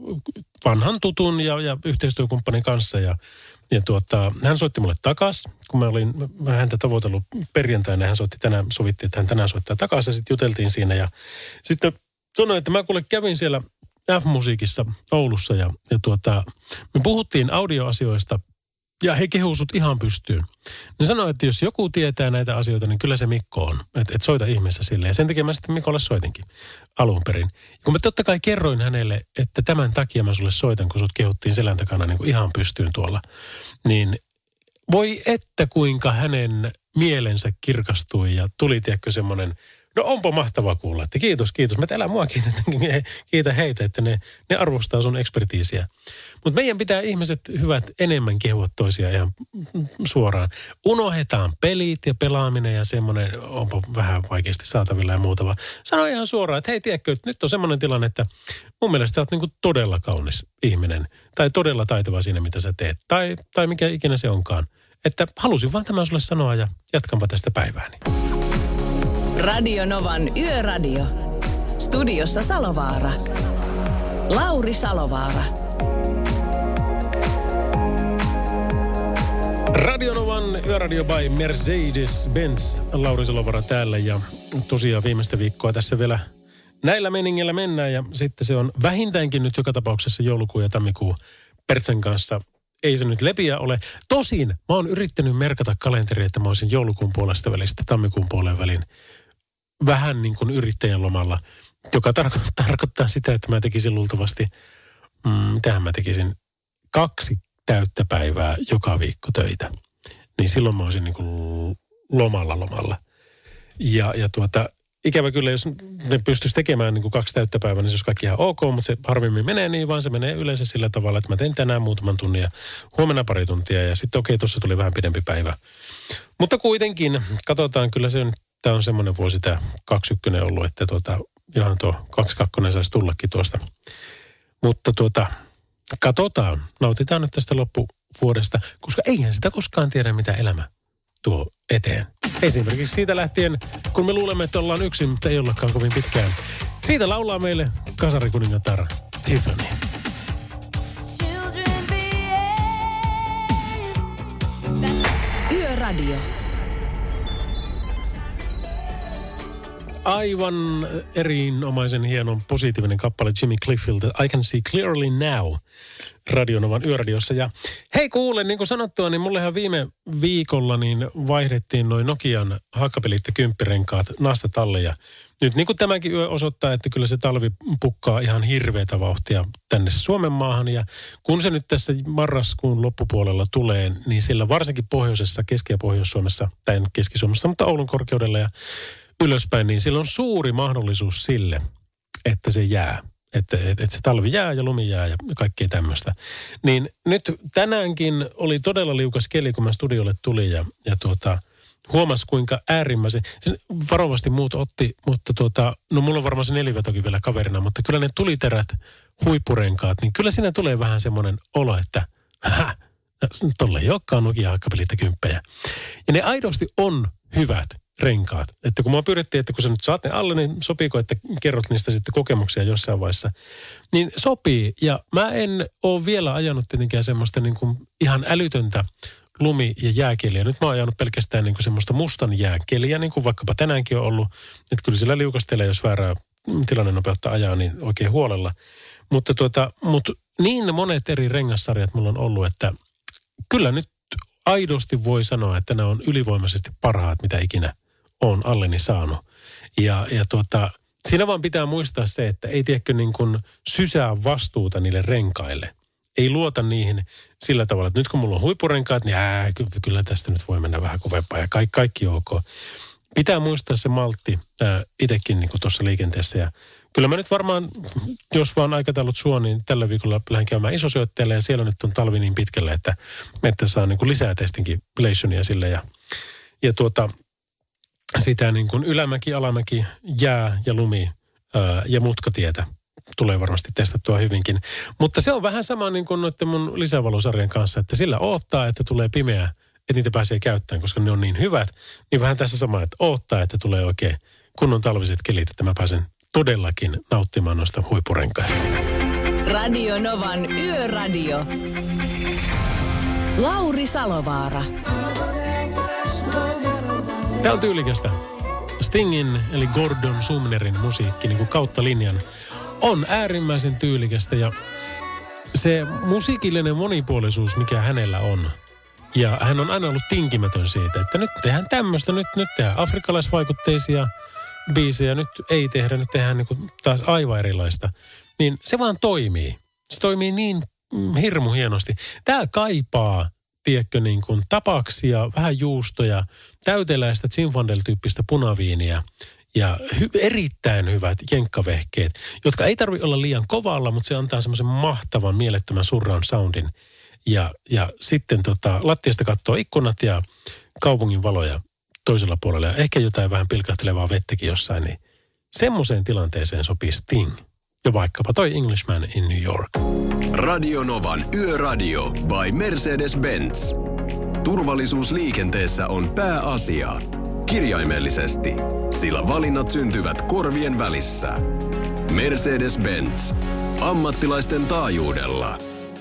vanhan tutun ja, ja yhteistyökumppanin kanssa ja Ja tuota, hän soitti mulle takas, kun mä olin mä häntä tavoitellut perjantaina. Hän soitti tänään, sovittiin, että hän tänään soittaa takaisin ja sitten juteltiin siinä. Ja sitten sanoin, että mä kuule kävin siellä F-musiikissa Oulussa ja, ja tuota, me puhuttiin audioasioista ja he kehusut ihan pystyyn. Ne sanoi, että jos joku tietää näitä asioita, niin kyllä se Mikko on. Että et soita ihmeessä sille. Ja sen takia mä sitten Mikolle soitinkin alun perin. Ja kun mä totta kai kerroin hänelle, että tämän takia mä sulle soitan, kun sut kehuttiin selän takana niin kuin ihan pystyyn tuolla. Niin voi että kuinka hänen mielensä kirkastui ja tuli tiedätkö semmoinen, no onpa mahtavaa kuulla, että kiitos, kiitos. Mä älä mua kiitä, kiitä heitä, että ne, ne arvostaa sun ekspertiisiä. Mutta meidän pitää ihmiset hyvät enemmän kehua toisia ihan suoraan. Unohdetaan pelit ja pelaaminen ja semmoinen, onpa vähän vaikeasti saatavilla ja muuta. Vaan sano ihan suoraan, että hei tiedätkö, että nyt on semmoinen tilanne, että mun mielestä sä oot niinku todella kaunis ihminen. Tai todella taitava siinä, mitä sä teet. Tai, tai mikä ikinä se onkaan. Että halusin vaan tämän sulle sanoa ja jatkanpa tästä päivääni. Radio Novan Yöradio. Studiossa Salovaara. Lauri Salovaara. Radio Novan Yöradio by Mercedes-Benz. Lauri Salovaara täällä ja tosiaan viimeistä viikkoa tässä vielä näillä meningillä mennään. Ja sitten se on vähintäänkin nyt joka tapauksessa joulukuu ja tammikuu Pertsen kanssa. Ei se nyt lepiä ole. Tosin mä oon yrittänyt merkata kalenteriin, että mä olisin joulukuun puolesta välistä tammikuun puolen välin vähän niin kuin yrittäjän lomalla, joka tarko- tarkoittaa sitä, että mä tekisin luultavasti, mm, mitähän mä tekisin, kaksi täyttä päivää joka viikko töitä. Niin silloin mä olisin niin kuin lomalla lomalla. Ja, ja tuota, ikävä kyllä, jos ne pystyisi tekemään niin kuin kaksi täyttä päivää, niin se olisi kaikki ihan ok, mutta se harvemmin menee niin, vaan se menee yleensä sillä tavalla, että mä teen tänään muutaman tunnin ja huomenna pari tuntia ja sitten okei, okay, tuossa tuli vähän pidempi päivä. Mutta kuitenkin, katsotaan, kyllä se on, tämä on semmoinen vuosi tämä kaksikymmentä ollut, että tuota, johan tuo kaksikymmentä saisi tullakin tuosta. Mutta tuota, katsotaan, nautitaan nyt tästä loppuvuodesta, koska eihän sitä koskaan tiedä, mitä elämä tuo eteen. Esimerkiksi siitä lähtien, kun me luulemme, että ollaan yksin, mutta ei ollakaan kovin pitkään. Siitä laulaa meille kasarikuningatar Tiffany. Yöradio. Aivan erinomaisen hienon positiivinen kappale Jimmy Cliffiltä I Can See Clearly Now Radio Novan Yöradiossa. Ja hei kuule, niin kuin sanottua, niin mullehan viime viikolla niin vaihdettiin noin Nokian hakkapelit ja kymppirenkaat nastatalle. Ja nyt niin kuin tämäkin yö osoittaa, että kyllä se talvi pukkaa ihan hirveätä vauhtia tänne Suomen maahan. Ja kun se nyt tässä marraskuun loppupuolella tulee, niin sillä varsinkin pohjoisessa, Keski- ja Pohjois-Suomessa, tai Keski-Suomessa, mutta Oulun korkeudella ja ylöspäin, niin sillä on suuri mahdollisuus sille, että se jää. Että, että, että se talvi jää ja lumi jää ja kaikkea tämmöistä. Niin nyt tänäänkin oli todella liukas keli, kun mä studiolle tulin ja, ja tuota, huomasi kuinka äärimmäisen, sen varovasti muut otti, mutta tuota, no mulla on varmaan se nelivetokin vielä kaverina, mutta kyllä ne tuliterät huippurenkaat, niin kyllä siinä tulee vähän semmoinen olo, että häh, tolle ei olekaan Nokia hakkapelit ja kymppejä. Ja ne aidosti on hyvät renkaat. Että kun mä pyydettiin, että kun sä nyt saat ne alle, niin sopiiko, että kerrot niistä sitten kokemuksia jossain vaiheessa. Niin sopii. Ja mä en ole vielä ajanut tietenkään semmoista niin kuin ihan älytöntä lumi- ja jääkeliä. Nyt mä oon ajanut pelkästään niin kuin semmoista mustan jääkeliä, niin kuin vaikkapa tänäänkin on ollut. Että kyllä sillä liukastelee, jos väärää tilannenopeutta ajaa, niin oikein huolella. Mutta tuota, mut niin monet eri rengassarjat mulla on ollut, että kyllä nyt aidosti voi sanoa, että nämä on ylivoimaisesti parhaat, mitä ikinä on alleni saanut. Ja, ja tuota, siinä vaan pitää muistaa se, että ei tiedäkö niin kuin sysää vastuuta niille renkaille. Ei luota niihin sillä tavalla, että nyt kun mulla on huippurenkaat, niin ää, kyllä tästä nyt voi mennä vähän kovempaa ja kaikki, kaikki ok. Pitää muistaa se maltti ää, itsekin niin kuin tuossa liikenteessä. Ja kyllä mä nyt varmaan, jos vaan aikataulut suo, niin tällä viikolla lähden käymään isosyötteellä ja siellä nyt on talvi niin pitkälle, että, että saa niin kuin lisää testinkin relationia sille. Ja, ja tuota, sitä niin kuin ylämäki, alamäki, jää ja lumi ää, ja mutkatietä tulee varmasti testattua hyvinkin. Mutta se on vähän sama niin kuin noiden mun lisävalosarjan kanssa, että sillä odottaa, että tulee pimeää, että niitä pääsee käyttämään, koska ne on niin hyvät. Niin vähän tässä sama, että odottaa, että tulee oikein kunnon talviset kelit, että mä pääsen todellakin nauttimaan noista huippurenkaista. Radio Novan Yöradio. Lauri Salovaara. Tää on tyylikästä. Stingin eli Gordon Sumnerin musiikki niin kuin kautta linjan on äärimmäisen tyylikästä ja se musiikillinen monipuolisuus, mikä hänellä on. Ja hän on aina ollut tinkimätön siitä, että nyt tehdään tämmöistä, nyt, nyt tehdään afrikkalaisvaikutteisia biisejä, nyt ei tehdä, nyt tehdään niin kuin taas aivan erilaista. Niin se vaan toimii. Se toimii niin hirmu hienosti. Tää kaipaa, tiedätkö, niin kuin tapaksia, vähän juustoja, täyteläistä Zinfandel-tyyppistä punaviiniä ja hy- erittäin hyvät jenkkavehkeet, jotka ei tarvitse olla liian kovalla, mutta se antaa semmoisen mahtavan, mielettömän surround soundin. Ja, ja sitten tota, lattiasta katsoo ikkunat ja kaupungin valoja toisella puolella ja ehkä jotain vähän pilkahtelevaa vettäkin jossain, niin semmoiseen tilanteeseen sopii Sting. Ja vaikkapa toi Englishman in New York. Radio Novan Yöradio by Mercedes-Benz. Turvallisuus liikenteessä on pääasia. Kirjaimellisesti, sillä valinnat syntyvät korvien välissä. Mercedes-Benz. Ammattilaisten taajuudella.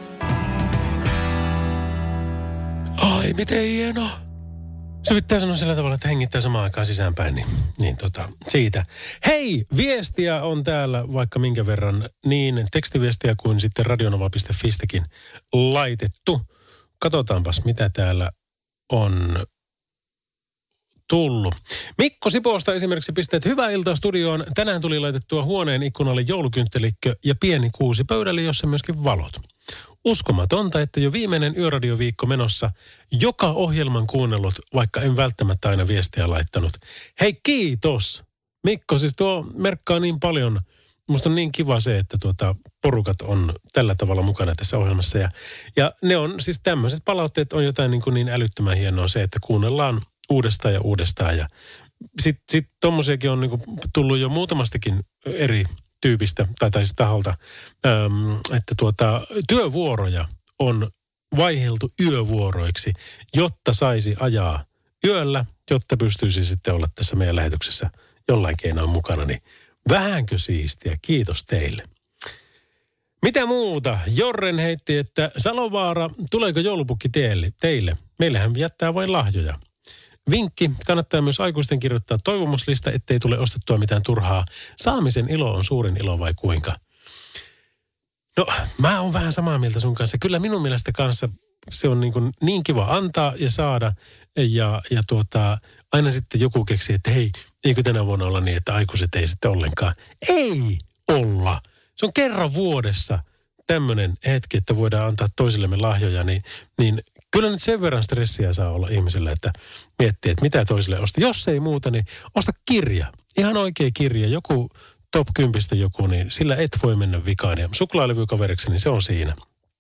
Ai, miten hieno. Se pitää sanoa sillä tavalla, että hengittää samaan aikaan sisäänpäin, niin, niin tota, siitä. Hei, viestiä on täällä vaikka minkä verran, niin tekstiviestiä kuin sitten radionova piste fistäkin laitettu. Katsotaanpas, mitä täällä on tullut. Mikko Sipoosta esimerkiksi pisteet hyvää iltaa studioon. Tänään tuli laitettua huoneen ikkunalle joulukynttelikö ja pieni kuusi pöydälle, jossa myöskin valot. Uskomatonta, että jo viimeinen yöradioviikko menossa joka ohjelman kuunnellut, vaikka en välttämättä aina viestiä laittanut. Hei, kiitos! Mikko, siis tuo merkkaa niin paljon. Musta on niin kiva se, että tuota porukat on tällä tavalla mukana tässä ohjelmassa. Ja, ja ne on siis tämmöiset palautteet on jotain niin, kuin niin älyttömän hienoa se, että kuunnellaan uudestaan ja uudestaan. Ja sitten sit tommosiakin on niin kuin tullut jo muutamastakin eri tyypistä, tai, tai siis taholta, äm, että tuota, työvuoroja on vaiheltu yövuoroiksi, jotta saisi ajaa yöllä, jotta pystyisi sitten olla tässä meidän lähetyksessä jollain keinoin mukana. Niin vähänkö siistiä, kiitos teille. Mitä muuta? Jorren heitti, että Salovaara, tuleeko joulupukki teille? teille? Meillähän jättää vain lahjoja. Vinkki, kannattaa myös aikuisten kirjoittaa toivomuslista, ettei tule ostettua mitään turhaa. Saamisen ilo on suurin ilo vai kuinka? No, mä oon vähän samaa mieltä sun kanssa. Kyllä minun mielestä kanssa se on niin, kuin niin kiva antaa ja saada. Ja, ja tuota, aina sitten joku keksii, että hei, eikö tänä vuonna olla niin, että aikuiset ei sitten ollenkaan. Ei olla. Se on kerran vuodessa tämmöinen hetki, että voidaan antaa toisillemme lahjoja, niin, niin kyllä nyt sen verran stressiä saa olla ihmiselle, että miettii, että mitä toisille ostaa. Jos ei muuta, niin osta kirja. Ihan oikea kirja. Joku top kympistä joku, niin sillä et voi mennä vikaan. Ja suklaalevykaveriksi, niin se on siinä.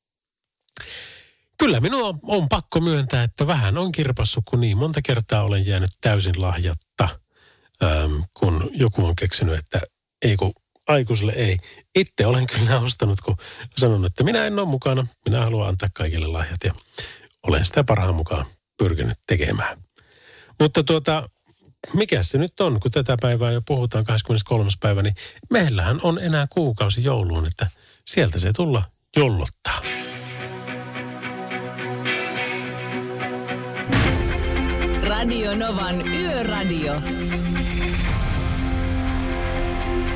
Kyllä minua on pakko myöntää, että vähän on kirpassut, kun niin monta kertaa olen jäänyt täysin lahjatta, ähm, kun joku on keksinyt, että ei kun aikuiselle ei. Itse olen kyllä ostanut, kun sanon, että minä en ole mukana. Minä haluan antaa kaikille lahjat ja olen sitä parhaan mukaan pyrkinyt tekemään. Mutta tuota, mikä se nyt on, kun tätä päivää jo puhutaan kahdeskymmeneskolmas päivä, niin meillähän on enää kuukausi jouluun, että sieltä se tulla jollottaa. Radio Novan Yöradio.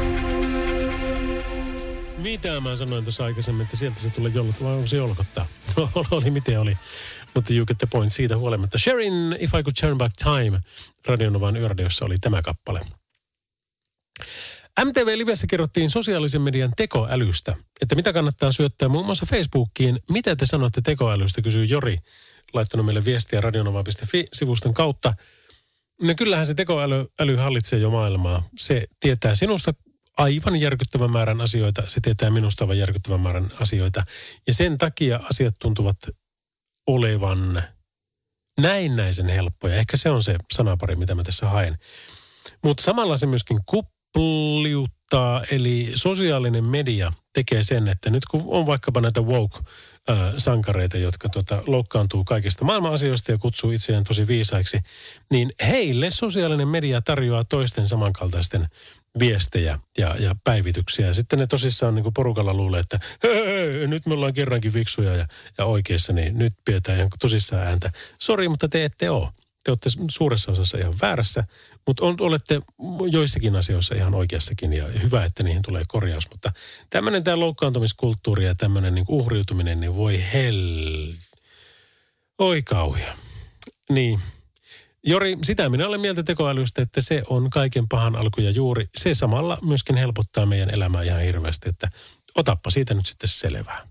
Mitä mä sanoin tuossa aikaisemmin, että sieltä se tulee jollottaa, vai onko se jolkottaa? No oli miten oli. Mutta you get the point siitä huolimatta. Sherin, If I Could Turn Back Time, Radionovan yöradiossa oli tämä kappale. M T V-livessä kerrottiin sosiaalisen median tekoälystä, että mitä kannattaa syöttää muun muassa Facebookiin. Mitä te sanotte tekoälystä, kysyy Jori, laittanut meille viestiä radionova piste fi-sivuston kautta. No kyllähän se tekoäly äly hallitsee jo maailmaa. Se tietää sinusta aivan järkyttävän määrän asioita, se tietää minusta aivan järkyttävän määrän asioita. Ja sen takia asiat tuntuvat olevan näennäisen helppoja. Ehkä se on se sanapari, mitä mä tässä haen. Mutta samalla se myöskin kupliuttaa, eli sosiaalinen media tekee sen, että nyt kun on vaikkapa näitä woke-sankareita, jotka tota, loukkaantuu kaikista maailman asioista ja kutsuu itseään tosi viisaiksi, niin heille sosiaalinen media tarjoaa toisten samankaltaisten viestejä ja, ja päivityksiä. Ja sitten ne tosissaan niin kuin porukalla luulee, että hei, hei, nyt me ollaan kerrankin fiksuja ja, ja oikeassa, niin nyt pidetään ihan tosissaan ääntä. Sori, mutta te ette ole. Te olette suuressa osassa ihan väärässä, mutta on, olette joissakin asioissa ihan oikeassakin ja hyvä, että niihin tulee korjaus. Mutta tämmöinen tämä loukkaantumiskulttuuri ja tämmöinen niin uhriutuminen, niin voi hell... Oi kauhia. Niin. Jori, sitä minä olen mieltä tekoälystä, että se on kaiken pahan alku ja juuri. Se samalla myöskin helpottaa meidän elämää ihan hirveästi, että otappa siitä nyt sitten selvää.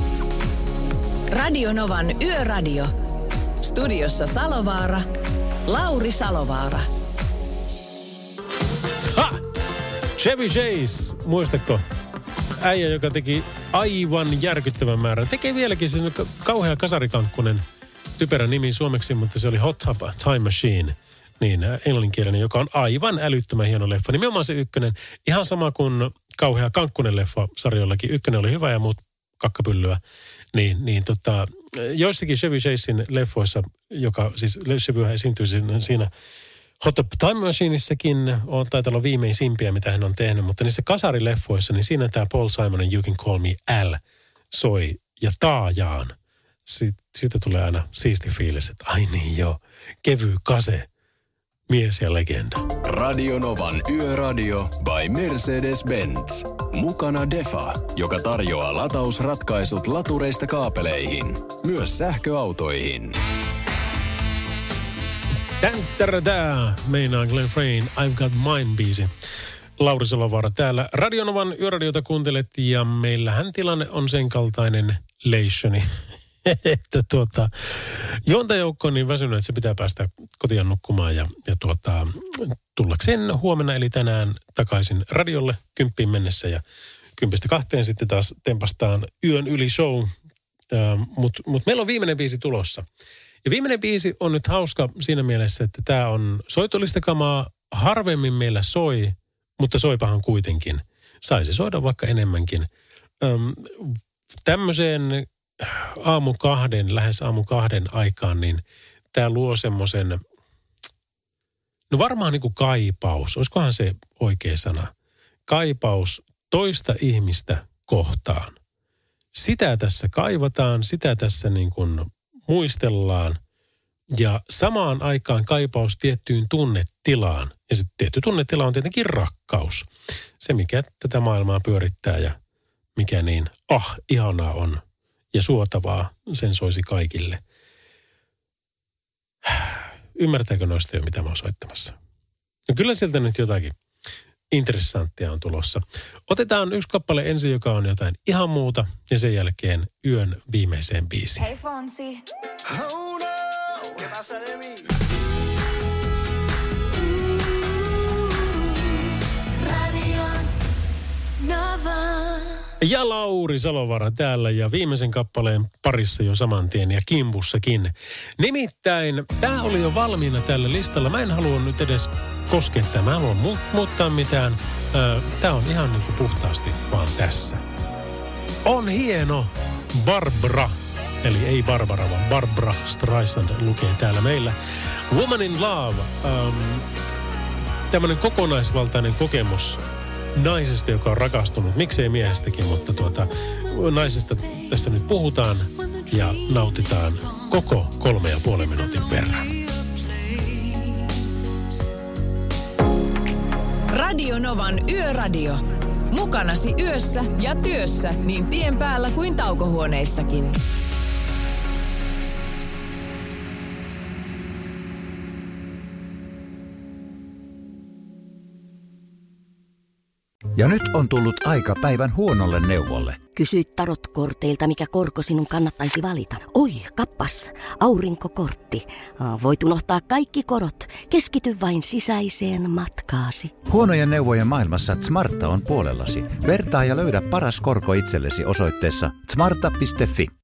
Radionovan yöradio. Studiossa Salovaara, Lauri Salovaara. Ha! Chevy Chase, muistatko? Äijä, joka teki aivan järkyttävän määrän. Tekee vieläkin se kauhea kasarikankkunen, typerä nimi suomeksi, mutta se oli Hot Tub Time Machine, niin englanninkielinen, joka on aivan älyttömän hieno leffa. Nimenomaan se ykkönen, ihan sama kuin kauhea kankkunen leffa sarjollakin. Ykkönen oli hyvä ja muut kakkapyllyä. Niin, niin tota, joissakin Chevy Chasein leffoissa, joka siis Chevyhän esiintyy siinä Hot Tub Time Machineissakin, on taitaa olla viimeisimpiä, mitä hän on tehnyt, mutta niissä kasarileffoissa, niin siinä tämä Paul Simonin You Can Call Me Al soi ja taajaan. Sitten, siitä tulee aina siisti fiilis, että ai niin joo, kevy kase, mies ja legenda. Radionovan yöradio by Mercedes-Benz. Mukana Defa, joka tarjoaa latausratkaisut latureista kaapeleihin, myös sähköautoihin. Tän tärrätää, meinaa Glenn Frayne, I've Got Mine-biisi. Lauri Salovaara täällä. Radionovan yöradiota kuuntelet ja meillähän tilanne on sen kaltainen leishoni, että tuota, juontajoukko on niin väsynyt, että se pitää päästä kotiin nukkumaan ja, ja tuota, tullakseen huomenna eli tänään takaisin radiolle kymppiin mennessä ja kympistä kahteen sitten taas tempastaan yön yli show, äh, mutta mut meillä on viimeinen biisi tulossa. Ja viimeinen biisi on nyt hauska siinä mielessä, että tämä on soitolistakamaa, harvemmin meillä soi, mutta soipahan kuitenkin. Saisi soida vaikka enemmänkin. Ähm, tämmöiseen aamu kahden, lähes aamu kahden aikaan, niin tämä luo semmoisen, no varmaan niin kuin kaipaus, olisikohan se oikea sana, kaipaus toista ihmistä kohtaan. Sitä tässä kaivataan, sitä tässä niin kuin muistellaan ja samaan aikaan kaipaus tiettyyn tunnetilaan. Ja se tietty tunnetila on tietenkin rakkaus. Se, mikä tätä maailmaa pyörittää ja mikä niin ah, ihanaa on ja suotavaa, sen soisi kaikille. Ymmärtääkö noista jo, mitä mä oon soittamassa? No kyllä sieltä nyt jotakin interessanttia on tulossa. Otetaan yksi kappale ensin, joka on jotain ihan muuta, ja sen jälkeen yön viimeiseen biisiin. Hey Fonsi. Oh no, ¿qué pasa de mí? Radio Nova. Ja Lauri Salovaara täällä ja viimeisen kappaleen parissa jo saman tien ja kimpussakin. Nimittäin tämä oli jo valmiina tällä listalla. Mä en halua nyt edes koskettaa, mä en halua mu- muuttaa mitään. Tämä on ihan niin kuin puhtaasti vaan tässä. On hieno Barbara, eli ei Barbara, vaan Barbra Streisand lukee täällä meillä. Woman in Love, ähm, tämmöinen kokonaisvaltainen kokemus naisesta, joka on rakastunut, miksei miehestäkin, mutta tuota, naisesta tässä nyt puhutaan ja nautitaan koko kolme ja puolen minuutin verran. Radio Novan yöradio. Mukanasi yössä ja työssä niin tien päällä kuin taukohuoneissakin. Ja nyt on tullut aika päivän huonolle neuvolle. Kysy tarotkorteilta, mikä korko sinun kannattaisi valita. Oi, kappas, aurinkokortti. Voit unohtaa kaikki korot. Keskity vain sisäiseen matkaasi. Huonojen neuvojen maailmassa Smarta on puolellasi. Vertaa ja löydä paras korko itsellesi osoitteessa smarta piste fi.